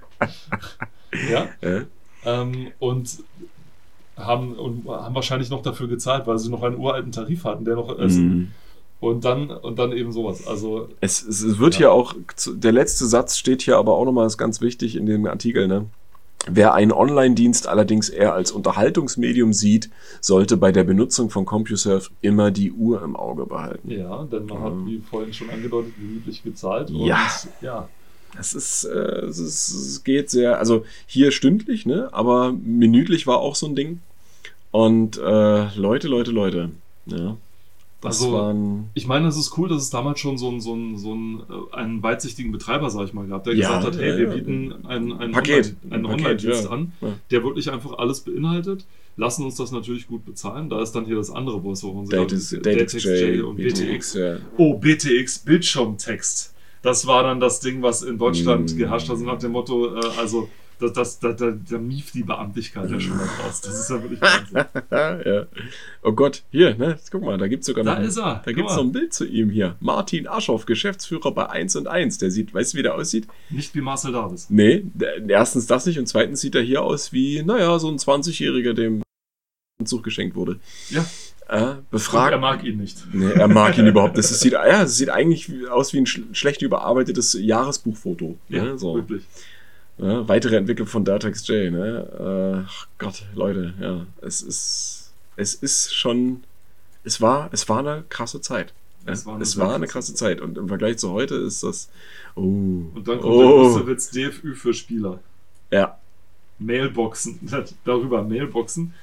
Speaker 1: Ja?
Speaker 2: ja.
Speaker 1: Ähm, und, haben, und haben wahrscheinlich noch dafür gezahlt, weil sie noch einen uralten Tarif hatten, der noch ist.
Speaker 2: Mhm.
Speaker 1: Und dann, und dann eben sowas. Also,
Speaker 2: Es, es, es wird
Speaker 1: Ja.
Speaker 2: hier auch, zu- der letzte Satz steht hier aber auch nochmal, ist ganz wichtig in dem Artikel, ne? Wer einen Online-Dienst allerdings eher als Unterhaltungsmedium sieht, sollte bei der Benutzung von CompuServe immer die Uhr im Auge behalten.
Speaker 1: ja, denn man hat,
Speaker 2: Mhm.
Speaker 1: wie vorhin schon angedeutet, gemütlich gezahlt.
Speaker 2: Ja.
Speaker 1: Und, ja.
Speaker 2: Es ist, äh, es ist, es geht sehr, also hier stündlich, ne? Aber minütlich war auch so ein Ding. Und äh, Leute, Leute, Leute, ja. Das
Speaker 1: Also,
Speaker 2: waren.
Speaker 1: Ich meine, es ist cool, dass es damals schon so, einen- so, einen- so einen, äh, einen weitsichtigen Betreiber, sag ich mal, gab, der
Speaker 2: Ja,
Speaker 1: gesagt hat, hey,
Speaker 2: ja,
Speaker 1: wir
Speaker 2: ja.
Speaker 1: bieten einen, einen
Speaker 2: Paket.
Speaker 1: Online, einen
Speaker 2: Paket,
Speaker 1: Online-Dienst
Speaker 2: ja.
Speaker 1: an,
Speaker 2: Ja.
Speaker 1: der wirklich einfach alles beinhaltet, lassen uns das natürlich gut bezahlen. Da ist dann hier das andere, wo es so
Speaker 2: Datex, DatexJ,
Speaker 1: und
Speaker 2: B T
Speaker 1: B T
Speaker 2: X,
Speaker 1: X.
Speaker 2: ja.
Speaker 1: Oh, B T X Bildschirmtext. Das war dann das Ding, was in Deutschland
Speaker 2: Mm.
Speaker 1: geherrscht hat, so nach dem Motto, äh, also das, das, da, da, da mief die Beamtlichkeit ja schon mal draus. Das ist ja wirklich Wahnsinn.
Speaker 2: ja. Oh Gott, hier, ne? Guck mal, da gibt's sogar
Speaker 1: Da
Speaker 2: noch,
Speaker 1: ist er.
Speaker 2: Da
Speaker 1: Guck
Speaker 2: gibt's
Speaker 1: mal.
Speaker 2: noch ein Bild zu ihm hier. Martin Aschoff, Geschäftsführer bei eins und eins. Der sieht, weißt du, wie der aussieht?
Speaker 1: Nicht wie Marcel Davis.
Speaker 2: Nee, der, erstens das nicht und zweitens sieht er hier aus wie, naja, so ein zwanzigjähriger, dem ein Zug geschenkt wurde.
Speaker 1: Ja.
Speaker 2: Äh,
Speaker 1: Und
Speaker 2: befragt.
Speaker 1: er mag ihn nicht.
Speaker 2: Nee, er mag ihn überhaupt. Das ist, sieht, ja, es sieht eigentlich wie- aus wie ein sch schlecht überarbeitetes Jahresbuchfoto.
Speaker 1: Ja,
Speaker 2: ne? So.
Speaker 1: wirklich.
Speaker 2: Ja, weitere Entwicklung von DatexJ. Ne? Äh, ach Gott, Leute, ja, es ist, es ist schon, es war, es war eine krasse Zeit. Ja?
Speaker 1: Es war eine
Speaker 2: es
Speaker 1: sehr
Speaker 2: war eine
Speaker 1: krasse
Speaker 2: krasse Zeit. Und im Vergleich zu heute ist das, oh,
Speaker 1: Und dann kommt
Speaker 2: oh,
Speaker 1: der große Witz D F Ü für Spieler.
Speaker 2: ja,
Speaker 1: Mailboxen. Darüber Mailboxen.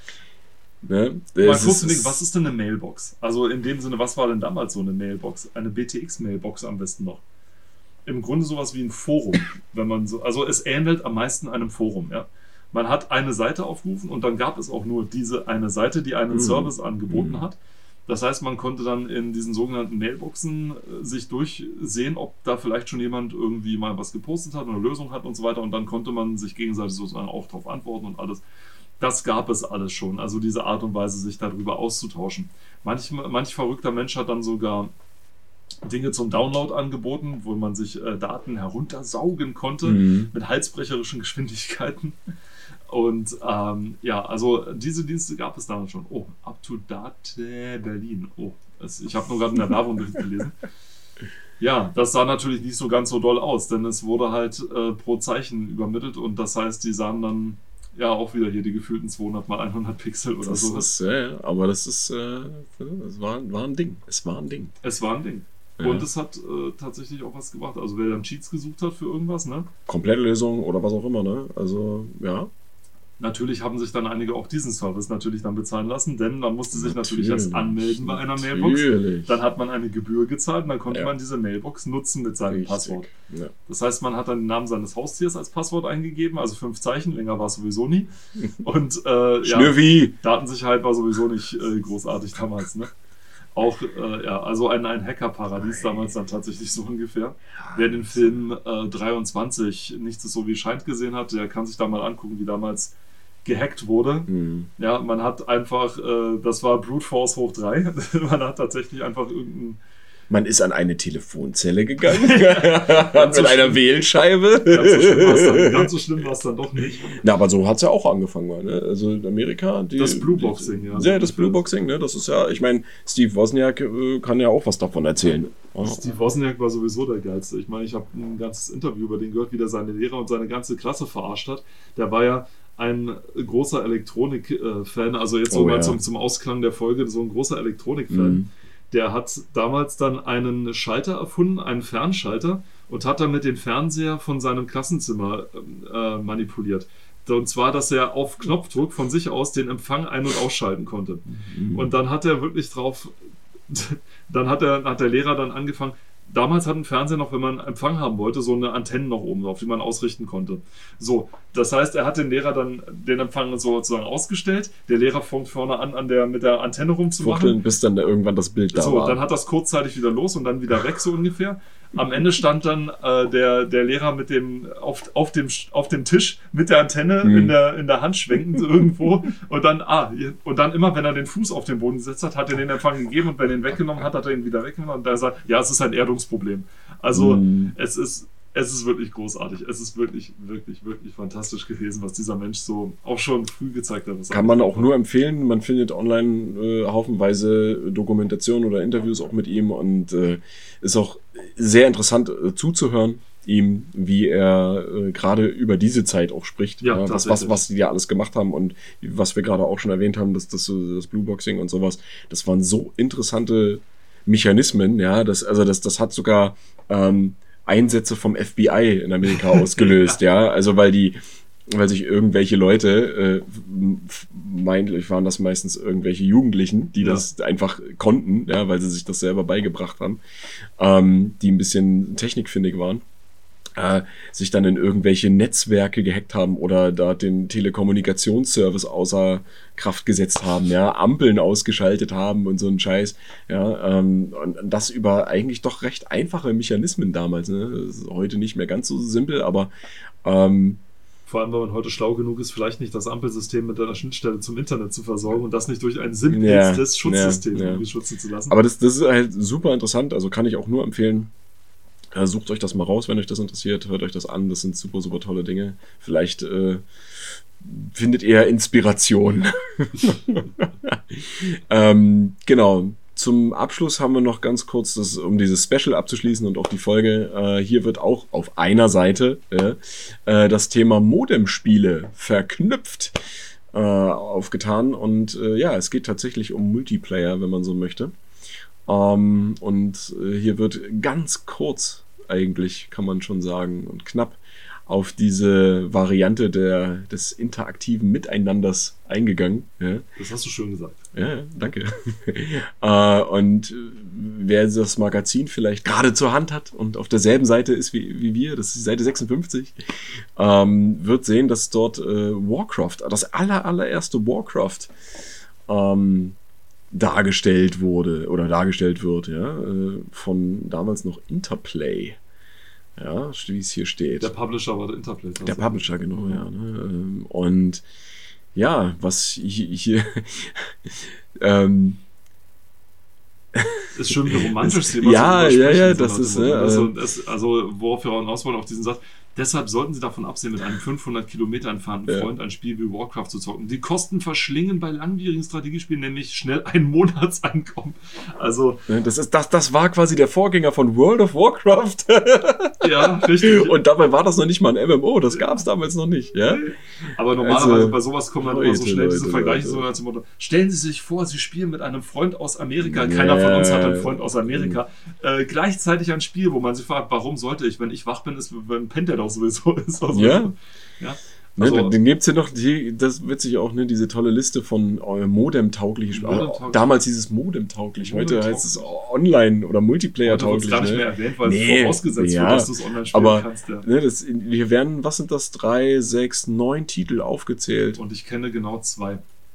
Speaker 2: ne?
Speaker 1: Mal
Speaker 2: Es
Speaker 1: kurz
Speaker 2: ist-
Speaker 1: denken, was ist denn eine Mailbox? Also in dem Sinne, was war denn damals so eine Mailbox? Eine B T X-Mailbox am besten noch. Im Grunde sowas wie ein Forum, wenn man so, also es ähnelt am meisten einem Forum, ja. Man hat eine Seite aufgerufen und dann gab es auch nur diese eine Seite, die einen
Speaker 2: Mhm.
Speaker 1: Service angeboten
Speaker 2: Mhm.
Speaker 1: hat. Das heißt, man konnte dann in diesen sogenannten Mailboxen äh, sich durchsehen, ob da vielleicht schon jemand irgendwie mal was gepostet hat, eine Lösung hat und so weiter. Und dann konnte man sich gegenseitig sozusagen auch darauf antworten und alles. Das gab es alles schon. Also diese Art und Weise, sich darüber auszutauschen. Manch, manch verrückter Mensch hat dann sogar Dinge zum Download angeboten, wo man sich äh, Daten heruntersaugen konnte
Speaker 2: Mhm.
Speaker 1: mit halsbrecherischen Geschwindigkeiten. Und ähm, ja, also diese Dienste gab es damals schon. Oh, Up to Date Berlin. Oh, es, ich habe nur gerade in der Werbung durchgelesen. Ja, das sah natürlich nicht so ganz so doll aus, denn es wurde halt äh, pro Zeichen übermittelt und das heißt, die sahen dann ja auch wieder hier die gefühlten zweihundert mal hundert Pixel oder
Speaker 2: Das
Speaker 1: so.
Speaker 2: ist, ja, ja, aber das ist, äh, das war, war ein Ding. Es war ein Ding.
Speaker 1: Es war ein Ding.
Speaker 2: Ja.
Speaker 1: Und es hat äh, tatsächlich auch was gebracht. Also wer dann Cheats gesucht hat für irgendwas, ne?
Speaker 2: Komplettlösung oder was auch immer, ne? Also, ja.
Speaker 1: Natürlich haben sich dann einige auch diesen Service natürlich dann bezahlen lassen, denn man musste sich natürlich, erst
Speaker 2: Natürlich.
Speaker 1: anmelden bei einer Mailbox.
Speaker 2: Natürlich.
Speaker 1: Dann hat man eine Gebühr gezahlt und dann konnte
Speaker 2: Ja.
Speaker 1: man diese Mailbox nutzen mit seinem
Speaker 2: Richtig.
Speaker 1: Passwort.
Speaker 2: Ja.
Speaker 1: Das heißt, man hat dann den Namen seines Haustiers als Passwort eingegeben, also fünf Zeichen, länger war es sowieso nie. Und äh, ja,
Speaker 2: Schnürvi!
Speaker 1: Datensicherheit war sowieso nicht äh, großartig damals, ne? Auch, äh, ja, also ein, ein Hackerparadies damals dann tatsächlich so ungefähr. Wer den Film äh, dreiundzwanzig, Nichts ist so wie es scheint gesehen hat, der kann sich da mal angucken, wie damals gehackt wurde.
Speaker 2: Hm.
Speaker 1: Ja, man hat einfach, äh, das war Brute Force hoch drei, man hat tatsächlich einfach irgendein,
Speaker 2: Man ist an eine Telefonzelle gegangen.
Speaker 1: Ganz so
Speaker 2: mit einer
Speaker 1: schlimm.
Speaker 2: Wählscheibe.
Speaker 1: ganz so schlimm war es dann, ganz so schlimm war es dann doch nicht.
Speaker 2: Na, aber so hat es ja auch angefangen. Ne? Also in Amerika. Die,
Speaker 1: Das Blueboxing, ja.
Speaker 2: die, ja. das Blueboxing, ne? Das ist ja, ich meine, Steve Wozniak äh, kann ja auch was davon erzählen. Oh.
Speaker 1: Steve Wozniak war sowieso der Geilste. Ich meine, ich habe ein ganzes Interview über den gehört, wie der seine Lehrer und seine ganze Klasse verarscht hat. Der war ja ein großer Elektronik-Fan, also jetzt so
Speaker 2: Oh,
Speaker 1: mal
Speaker 2: ja.
Speaker 1: zum, zum Ausklang der Folge, so ein großer Elektronik-Fan.
Speaker 2: Mhm.
Speaker 1: Der hat damals dann einen Schalter erfunden, einen Fernschalter, und hat dann mit dem Fernseher von seinem Klassenzimmer äh, manipuliert. Und zwar, dass er auf Knopfdruck von sich aus den Empfang ein- und ausschalten konnte.
Speaker 2: Mhm.
Speaker 1: Und dann hat er wirklich drauf, dann hat, er, hat der Lehrer dann angefangen, damals hat ein Fernseher noch, wenn man Empfang haben wollte, so eine Antenne noch oben drauf, die man ausrichten konnte. So, das heißt, er hat den Lehrer dann den Empfang sozusagen ausgestellt. Der Lehrer fängt vorne an, an der, mit der Antenne rumzumachen.
Speaker 2: Fuchteln, bis dann da irgendwann das Bild da
Speaker 1: So,
Speaker 2: war.
Speaker 1: dann hat das kurzzeitig wieder los und dann wieder weg, so ungefähr. am Ende stand dann äh, der, der Lehrer mit dem auf, auf, dem, auf dem Tisch mit der Antenne
Speaker 2: Mhm.
Speaker 1: in, der, in der Hand schwenkend irgendwo und dann, ah, und dann immer, wenn er den Fuß auf den Boden gesetzt hat, hat er den Empfang gegeben und wenn er ihn weggenommen hat, hat er ihn wieder weggenommen und da sagt, ja, es ist ein Erdungsproblem. Also
Speaker 2: Mhm.
Speaker 1: es ist Es ist wirklich großartig. Es ist wirklich, wirklich, wirklich fantastisch gewesen, was dieser Mensch so auch schon früh gezeigt hat.
Speaker 2: Kann man auch nur empfehlen. Man findet online äh, haufenweise Dokumentationen oder Interviews auch mit ihm und äh, ist auch sehr interessant äh, zuzuhören ihm, wie er äh, gerade über diese Zeit auch spricht.
Speaker 1: Ja,
Speaker 2: Ja, was, was, was die da alles gemacht haben und was wir gerade auch schon erwähnt haben, das, das, das Blueboxing und sowas. Das waren so interessante Mechanismen. Ja, das, also das, das hat sogar ähm, Einsätze vom F B I in Amerika ausgelöst, ja. ja, also weil die, weil sich irgendwelche Leute, äh, meintlich waren das meistens irgendwelche Jugendlichen, die ja. das einfach konnten, ja, weil sie sich das selber beigebracht haben, ähm, die ein bisschen technikfindig waren, äh, sich dann in irgendwelche Netzwerke gehackt haben oder da den Telekommunikationsservice außer Kraft gesetzt haben, ja, Ampeln ausgeschaltet haben und so ein Scheiß, ja, ähm, und das über eigentlich doch recht einfache Mechanismen damals, ne, das ist heute nicht mehr ganz so simpel, aber ähm,
Speaker 1: vor allem, weil man heute schlau genug ist, vielleicht nicht das Ampelsystem mit einer Schnittstelle zum Internet zu versorgen und das nicht durch ein simples ja, Schutzsystem ja, ja. schützen zu lassen.
Speaker 2: Aber das, das ist halt super interessant, also kann ich auch nur empfehlen. Sucht euch das mal raus, wenn euch das interessiert. Hört euch das an. Das sind super, super tolle Dinge. Vielleicht äh, findet ihr Inspiration. ähm, genau. Zum Abschluss haben wir noch ganz kurz, das, um dieses Special abzuschließen und auch die Folge. Äh, hier wird auch auf einer Seite äh, äh, das Thema Modem-Spiele verknüpft äh, aufgetan. Und äh, ja, es geht tatsächlich um Multiplayer, wenn man so möchte. Um, und äh, hier wird ganz kurz, eigentlich kann man schon sagen, und knapp auf diese Variante der, des interaktiven Miteinanders eingegangen. Ja.
Speaker 1: Das hast du schön gesagt.
Speaker 2: Ja, danke. uh, und wer das Magazin vielleicht gerade zur Hand hat und auf derselben Seite ist wie, wie wir, das ist die Seite sechsundfünfzig, um, wird sehen, dass dort äh, Warcraft, das aller, allererste Warcraft, um, dargestellt wurde oder dargestellt wird, ja, von damals noch Interplay. Ja, wie es hier steht.
Speaker 1: Der Publisher war der Interplay.
Speaker 2: Der Publisher, genau, mhm. ja. Ne? Und ja, was hier, hier ähm,
Speaker 1: ist schon romantisch.
Speaker 2: Ja, ja, ja, das ist,
Speaker 1: ne, also, das, also worauf wir hinaus wollen auf diesen Satz. Deshalb sollten Sie davon absehen, mit einem fünfhundert Kilometer entfernten Freund ja. ein Spiel wie Warcraft zu zocken. Die Kosten verschlingen bei langwierigen Strategiespielen nämlich schnell ein Monatseinkommen. Also
Speaker 2: das, ist, das, das war quasi der Vorgänger von World of Warcraft.
Speaker 1: Ja, richtig.
Speaker 2: Und dabei war das noch nicht mal ein M M O, das gab es damals noch nicht. Ja?
Speaker 1: Aber normalerweise also, bei sowas kommen dann immer so schnell Leute, diese Vergleiche so zum Motto, stellen Sie sich vor, Sie spielen mit einem Freund aus Amerika, yeah. keiner von uns hat einen Freund aus Amerika, äh, gleichzeitig ein Spiel, wo man sich fragt, warum sollte ich, wenn ich wach bin, ist, wenn pennt der doch sowieso ist. Also,
Speaker 2: ja.
Speaker 1: ja.
Speaker 2: Also, ne, dann gibt es ja noch, die, das wird sich auch, ne, diese tolle Liste von äh, Modem-taugliche Spiele. Modem damals hieß es Modem-tauglich, heute Modem heißt es Online- oder Multiplayer-tauglich.
Speaker 1: Das gar nicht
Speaker 2: ne?
Speaker 1: mehr erwähnt, weil
Speaker 2: nee,
Speaker 1: es vorausgesetzt
Speaker 2: ja,
Speaker 1: wird, dass du es online spielen
Speaker 2: aber,
Speaker 1: kannst. Ja.
Speaker 2: Ne, das, hier werden, was sind das, drei, sechs, neun Titel aufgezählt.
Speaker 1: Und ich kenne genau zwei.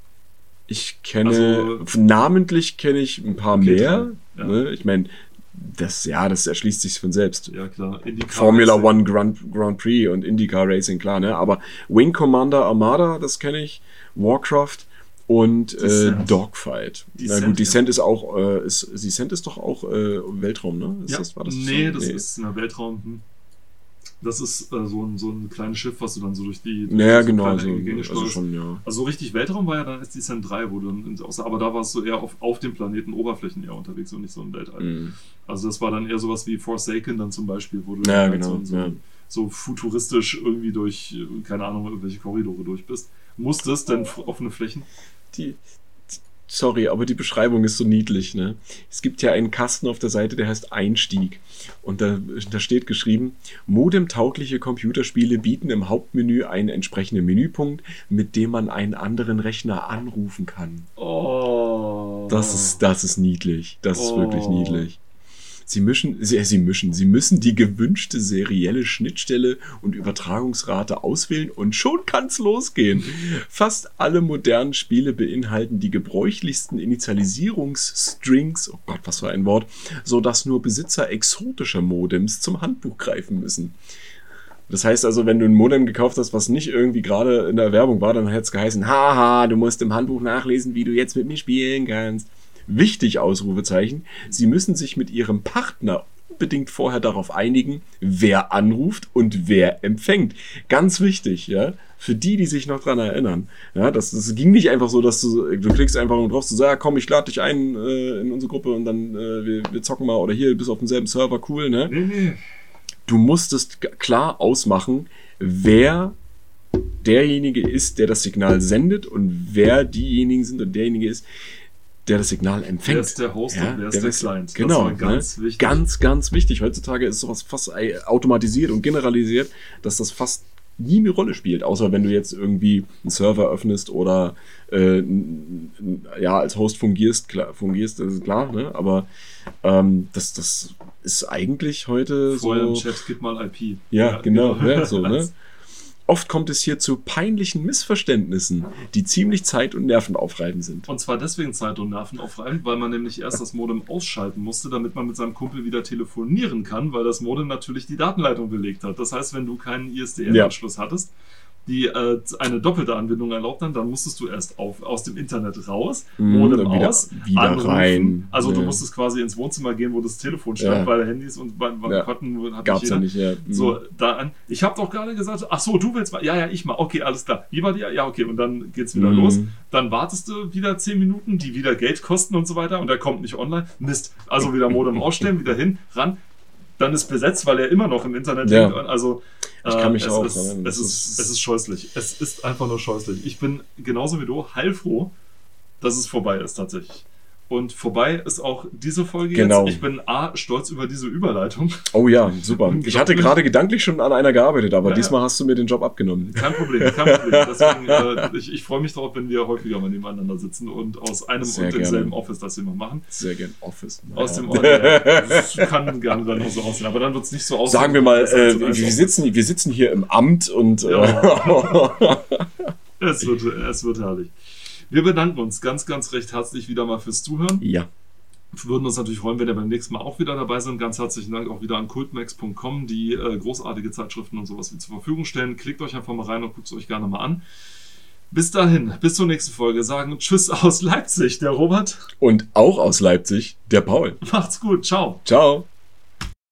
Speaker 2: Ich kenne, also, namentlich kenne ich ein paar okay, mehr. Ja. Ne? Ich meine, das, ja, das erschließt sich von selbst.
Speaker 1: Ja, klar. IndyCar
Speaker 2: Formula Racing. One Grand, Grand Prix und IndyCar Racing, klar, ne? Aber Wing Commander Armada, das kenne ich, Warcraft und äh, Dogfight. Descent, Na gut, Descent ja. ist auch, äh, ist, Descent ist doch auch äh, Weltraum, ne? Ist
Speaker 1: ja.
Speaker 2: das, war das
Speaker 1: nee,
Speaker 2: so?
Speaker 1: das
Speaker 2: nee.
Speaker 1: ist ein Weltraum. Hm. Das ist äh, so, ein, so ein kleines Schiff, was du dann so durch die durch
Speaker 2: ja,
Speaker 1: so
Speaker 2: genau, so,
Speaker 1: also schon, ja. Also so richtig Weltraum war ja dann erst Descent drei, wo du dann, aber da warst du eher auf, auf dem Planeten Oberflächen eher unterwegs und nicht so im Weltall. Mhm. Also das war dann eher sowas wie Forsaken dann zum Beispiel, wo du
Speaker 2: ja,
Speaker 1: dann
Speaker 2: genau,
Speaker 1: halt so,
Speaker 2: ja.
Speaker 1: so futuristisch irgendwie durch, keine Ahnung, irgendwelche Korridore durch bist. Musstest, denn offene Flächen.
Speaker 2: Die Sorry, aber die Beschreibung ist so niedlich, ne? Es gibt ja einen Kasten auf der Seite, der heißt Einstieg. Und da, da steht geschrieben, modemtaugliche Computerspiele bieten im Hauptmenü einen entsprechenden Menüpunkt, mit dem man einen anderen Rechner anrufen kann.
Speaker 1: Oh.
Speaker 2: Das ist, das ist niedlich. Das ist
Speaker 1: oh.
Speaker 2: wirklich niedlich. Sie mischen, sie, sie mischen, sie müssen die gewünschte serielle Schnittstelle und Übertragungsrate auswählen und schon kann's losgehen. Fast alle modernen Spiele beinhalten die gebräuchlichsten Initialisierungsstrings, oh Gott, was für ein Wort, sodass nur Besitzer exotischer Modems zum Handbuch greifen müssen. Das heißt also, wenn du ein Modem gekauft hast, was nicht irgendwie gerade in der Werbung war, dann hätte es geheißen, haha, du musst im Handbuch nachlesen, wie du jetzt mit mir spielen kannst. Wichtig, Ausrufezeichen, sie müssen sich mit ihrem Partner unbedingt vorher darauf einigen, wer anruft und wer empfängt. Ganz wichtig, ja, für die, die sich noch dran erinnern. Ja, das, das ging nicht einfach so, dass du, du klickst einfach nur drauf, du sagst, komm, ich lade dich ein äh, in unsere Gruppe und dann äh, wir, wir zocken mal oder hier, du bist auf demselben Server, cool, ne?
Speaker 1: Nee, nee.
Speaker 2: Du musstest klar ausmachen, wer derjenige ist, der das Signal sendet und wer diejenigen sind und derjenige ist, der das Signal empfängt.
Speaker 1: Wer ist der Host ja, und wer ist der, der Client?
Speaker 2: Genau,
Speaker 1: das war ganz
Speaker 2: ne?
Speaker 1: wichtig.
Speaker 2: Ganz, ganz wichtig. Heutzutage ist sowas fast automatisiert und generalisiert, dass das fast nie eine Rolle spielt, außer wenn du jetzt irgendwie einen Server öffnest oder äh, ja, als Host fungierst, klar, fungierst, das ist klar, ne? Aber ähm, das, das ist eigentlich heute
Speaker 1: Vorher
Speaker 2: so...
Speaker 1: im Chat, gib mal I P.
Speaker 2: Ja,
Speaker 1: ja
Speaker 2: genau.
Speaker 1: genau.
Speaker 2: Ja, so, ne? Oft kommt es hier zu peinlichen Missverständnissen, die ziemlich zeit- und nervenaufreibend sind.
Speaker 1: Und zwar deswegen zeit- und nervenaufreibend, weil man nämlich erst das Modem ausschalten musste, damit man mit seinem Kumpel wieder telefonieren kann, weil das Modem natürlich die Datenleitung belegt hat. Das heißt, wenn du keinen I S D N-Anschluss ja. hattest, die äh, eine doppelte Anbindung erlaubt haben, dann musstest du erst auf, aus dem Internet raus, Modem
Speaker 2: mm, wieder,
Speaker 1: aus,
Speaker 2: wieder
Speaker 1: anrufen.
Speaker 2: Rein.
Speaker 1: Also
Speaker 2: ja.
Speaker 1: du musstest quasi ins Wohnzimmer gehen, wo das Telefon stand,
Speaker 2: ja.
Speaker 1: weil Handys und bei, bei
Speaker 2: ja.
Speaker 1: Karten hat
Speaker 2: Gab's
Speaker 1: nicht jeder.
Speaker 2: Ja nicht, ja. Mhm.
Speaker 1: So, da an. Ich habe doch gerade gesagt, ach so, du willst mal, ja, ja, ich mal, okay, alles klar. Wie war die? Ja, okay, und dann geht's wieder
Speaker 2: mhm.
Speaker 1: los. Dann wartest du wieder zehn Minuten, die wieder Geld kosten und so weiter und der kommt nicht online. Mist. Also wieder Modem ausstellen, wieder hin, ran. Dann ist besetzt, weil er immer noch im Internet
Speaker 2: ja.
Speaker 1: hängt. Also
Speaker 2: ich kann mich
Speaker 1: äh, es
Speaker 2: auch
Speaker 1: ist,
Speaker 2: erinnern.
Speaker 1: es, ist, es ist scheußlich. Es ist einfach nur scheußlich. Ich bin genauso wie du heilfroh, dass es vorbei ist tatsächlich. Und vorbei ist auch diese Folge
Speaker 2: genau.
Speaker 1: jetzt. Ich bin A, stolz über diese Überleitung.
Speaker 2: Oh ja, super. Ich hatte gerade gedanklich schon an einer gearbeitet, aber ja, diesmal ja. hast du mir den Job abgenommen.
Speaker 1: Kein Problem, kein Problem. Deswegen, äh, ich, ich freue mich darauf, wenn wir häufiger mal nebeneinander sitzen und aus einem
Speaker 2: Sehr
Speaker 1: und
Speaker 2: gerne.
Speaker 1: demselben Office das immer machen.
Speaker 2: Sehr gerne. Office.
Speaker 1: Naja. Aus dem Office. Ja. Das kann gerne dann noch so aussehen, aber dann wird es nicht so aussehen.
Speaker 2: Sagen wir mal, äh, wir, sitzen, wir sitzen hier im Amt und... Äh,
Speaker 1: ja. es, wird, es wird herrlich. Wir bedanken uns ganz, ganz recht herzlich wieder mal fürs Zuhören.
Speaker 2: Ja.
Speaker 1: Wir würden uns natürlich freuen, wenn ihr beim nächsten Mal auch wieder dabei seid. Ganz herzlichen Dank auch wieder an kultmax punkt com, die äh, großartige Zeitschriften und sowas wie zur Verfügung stellen. Klickt euch einfach mal rein und guckt es euch gerne mal an. Bis dahin, bis zur nächsten Folge. Sagen Tschüss aus Leipzig, der Robert.
Speaker 2: Und auch aus Leipzig, der Paul.
Speaker 1: Macht's gut, ciao.
Speaker 2: Ciao.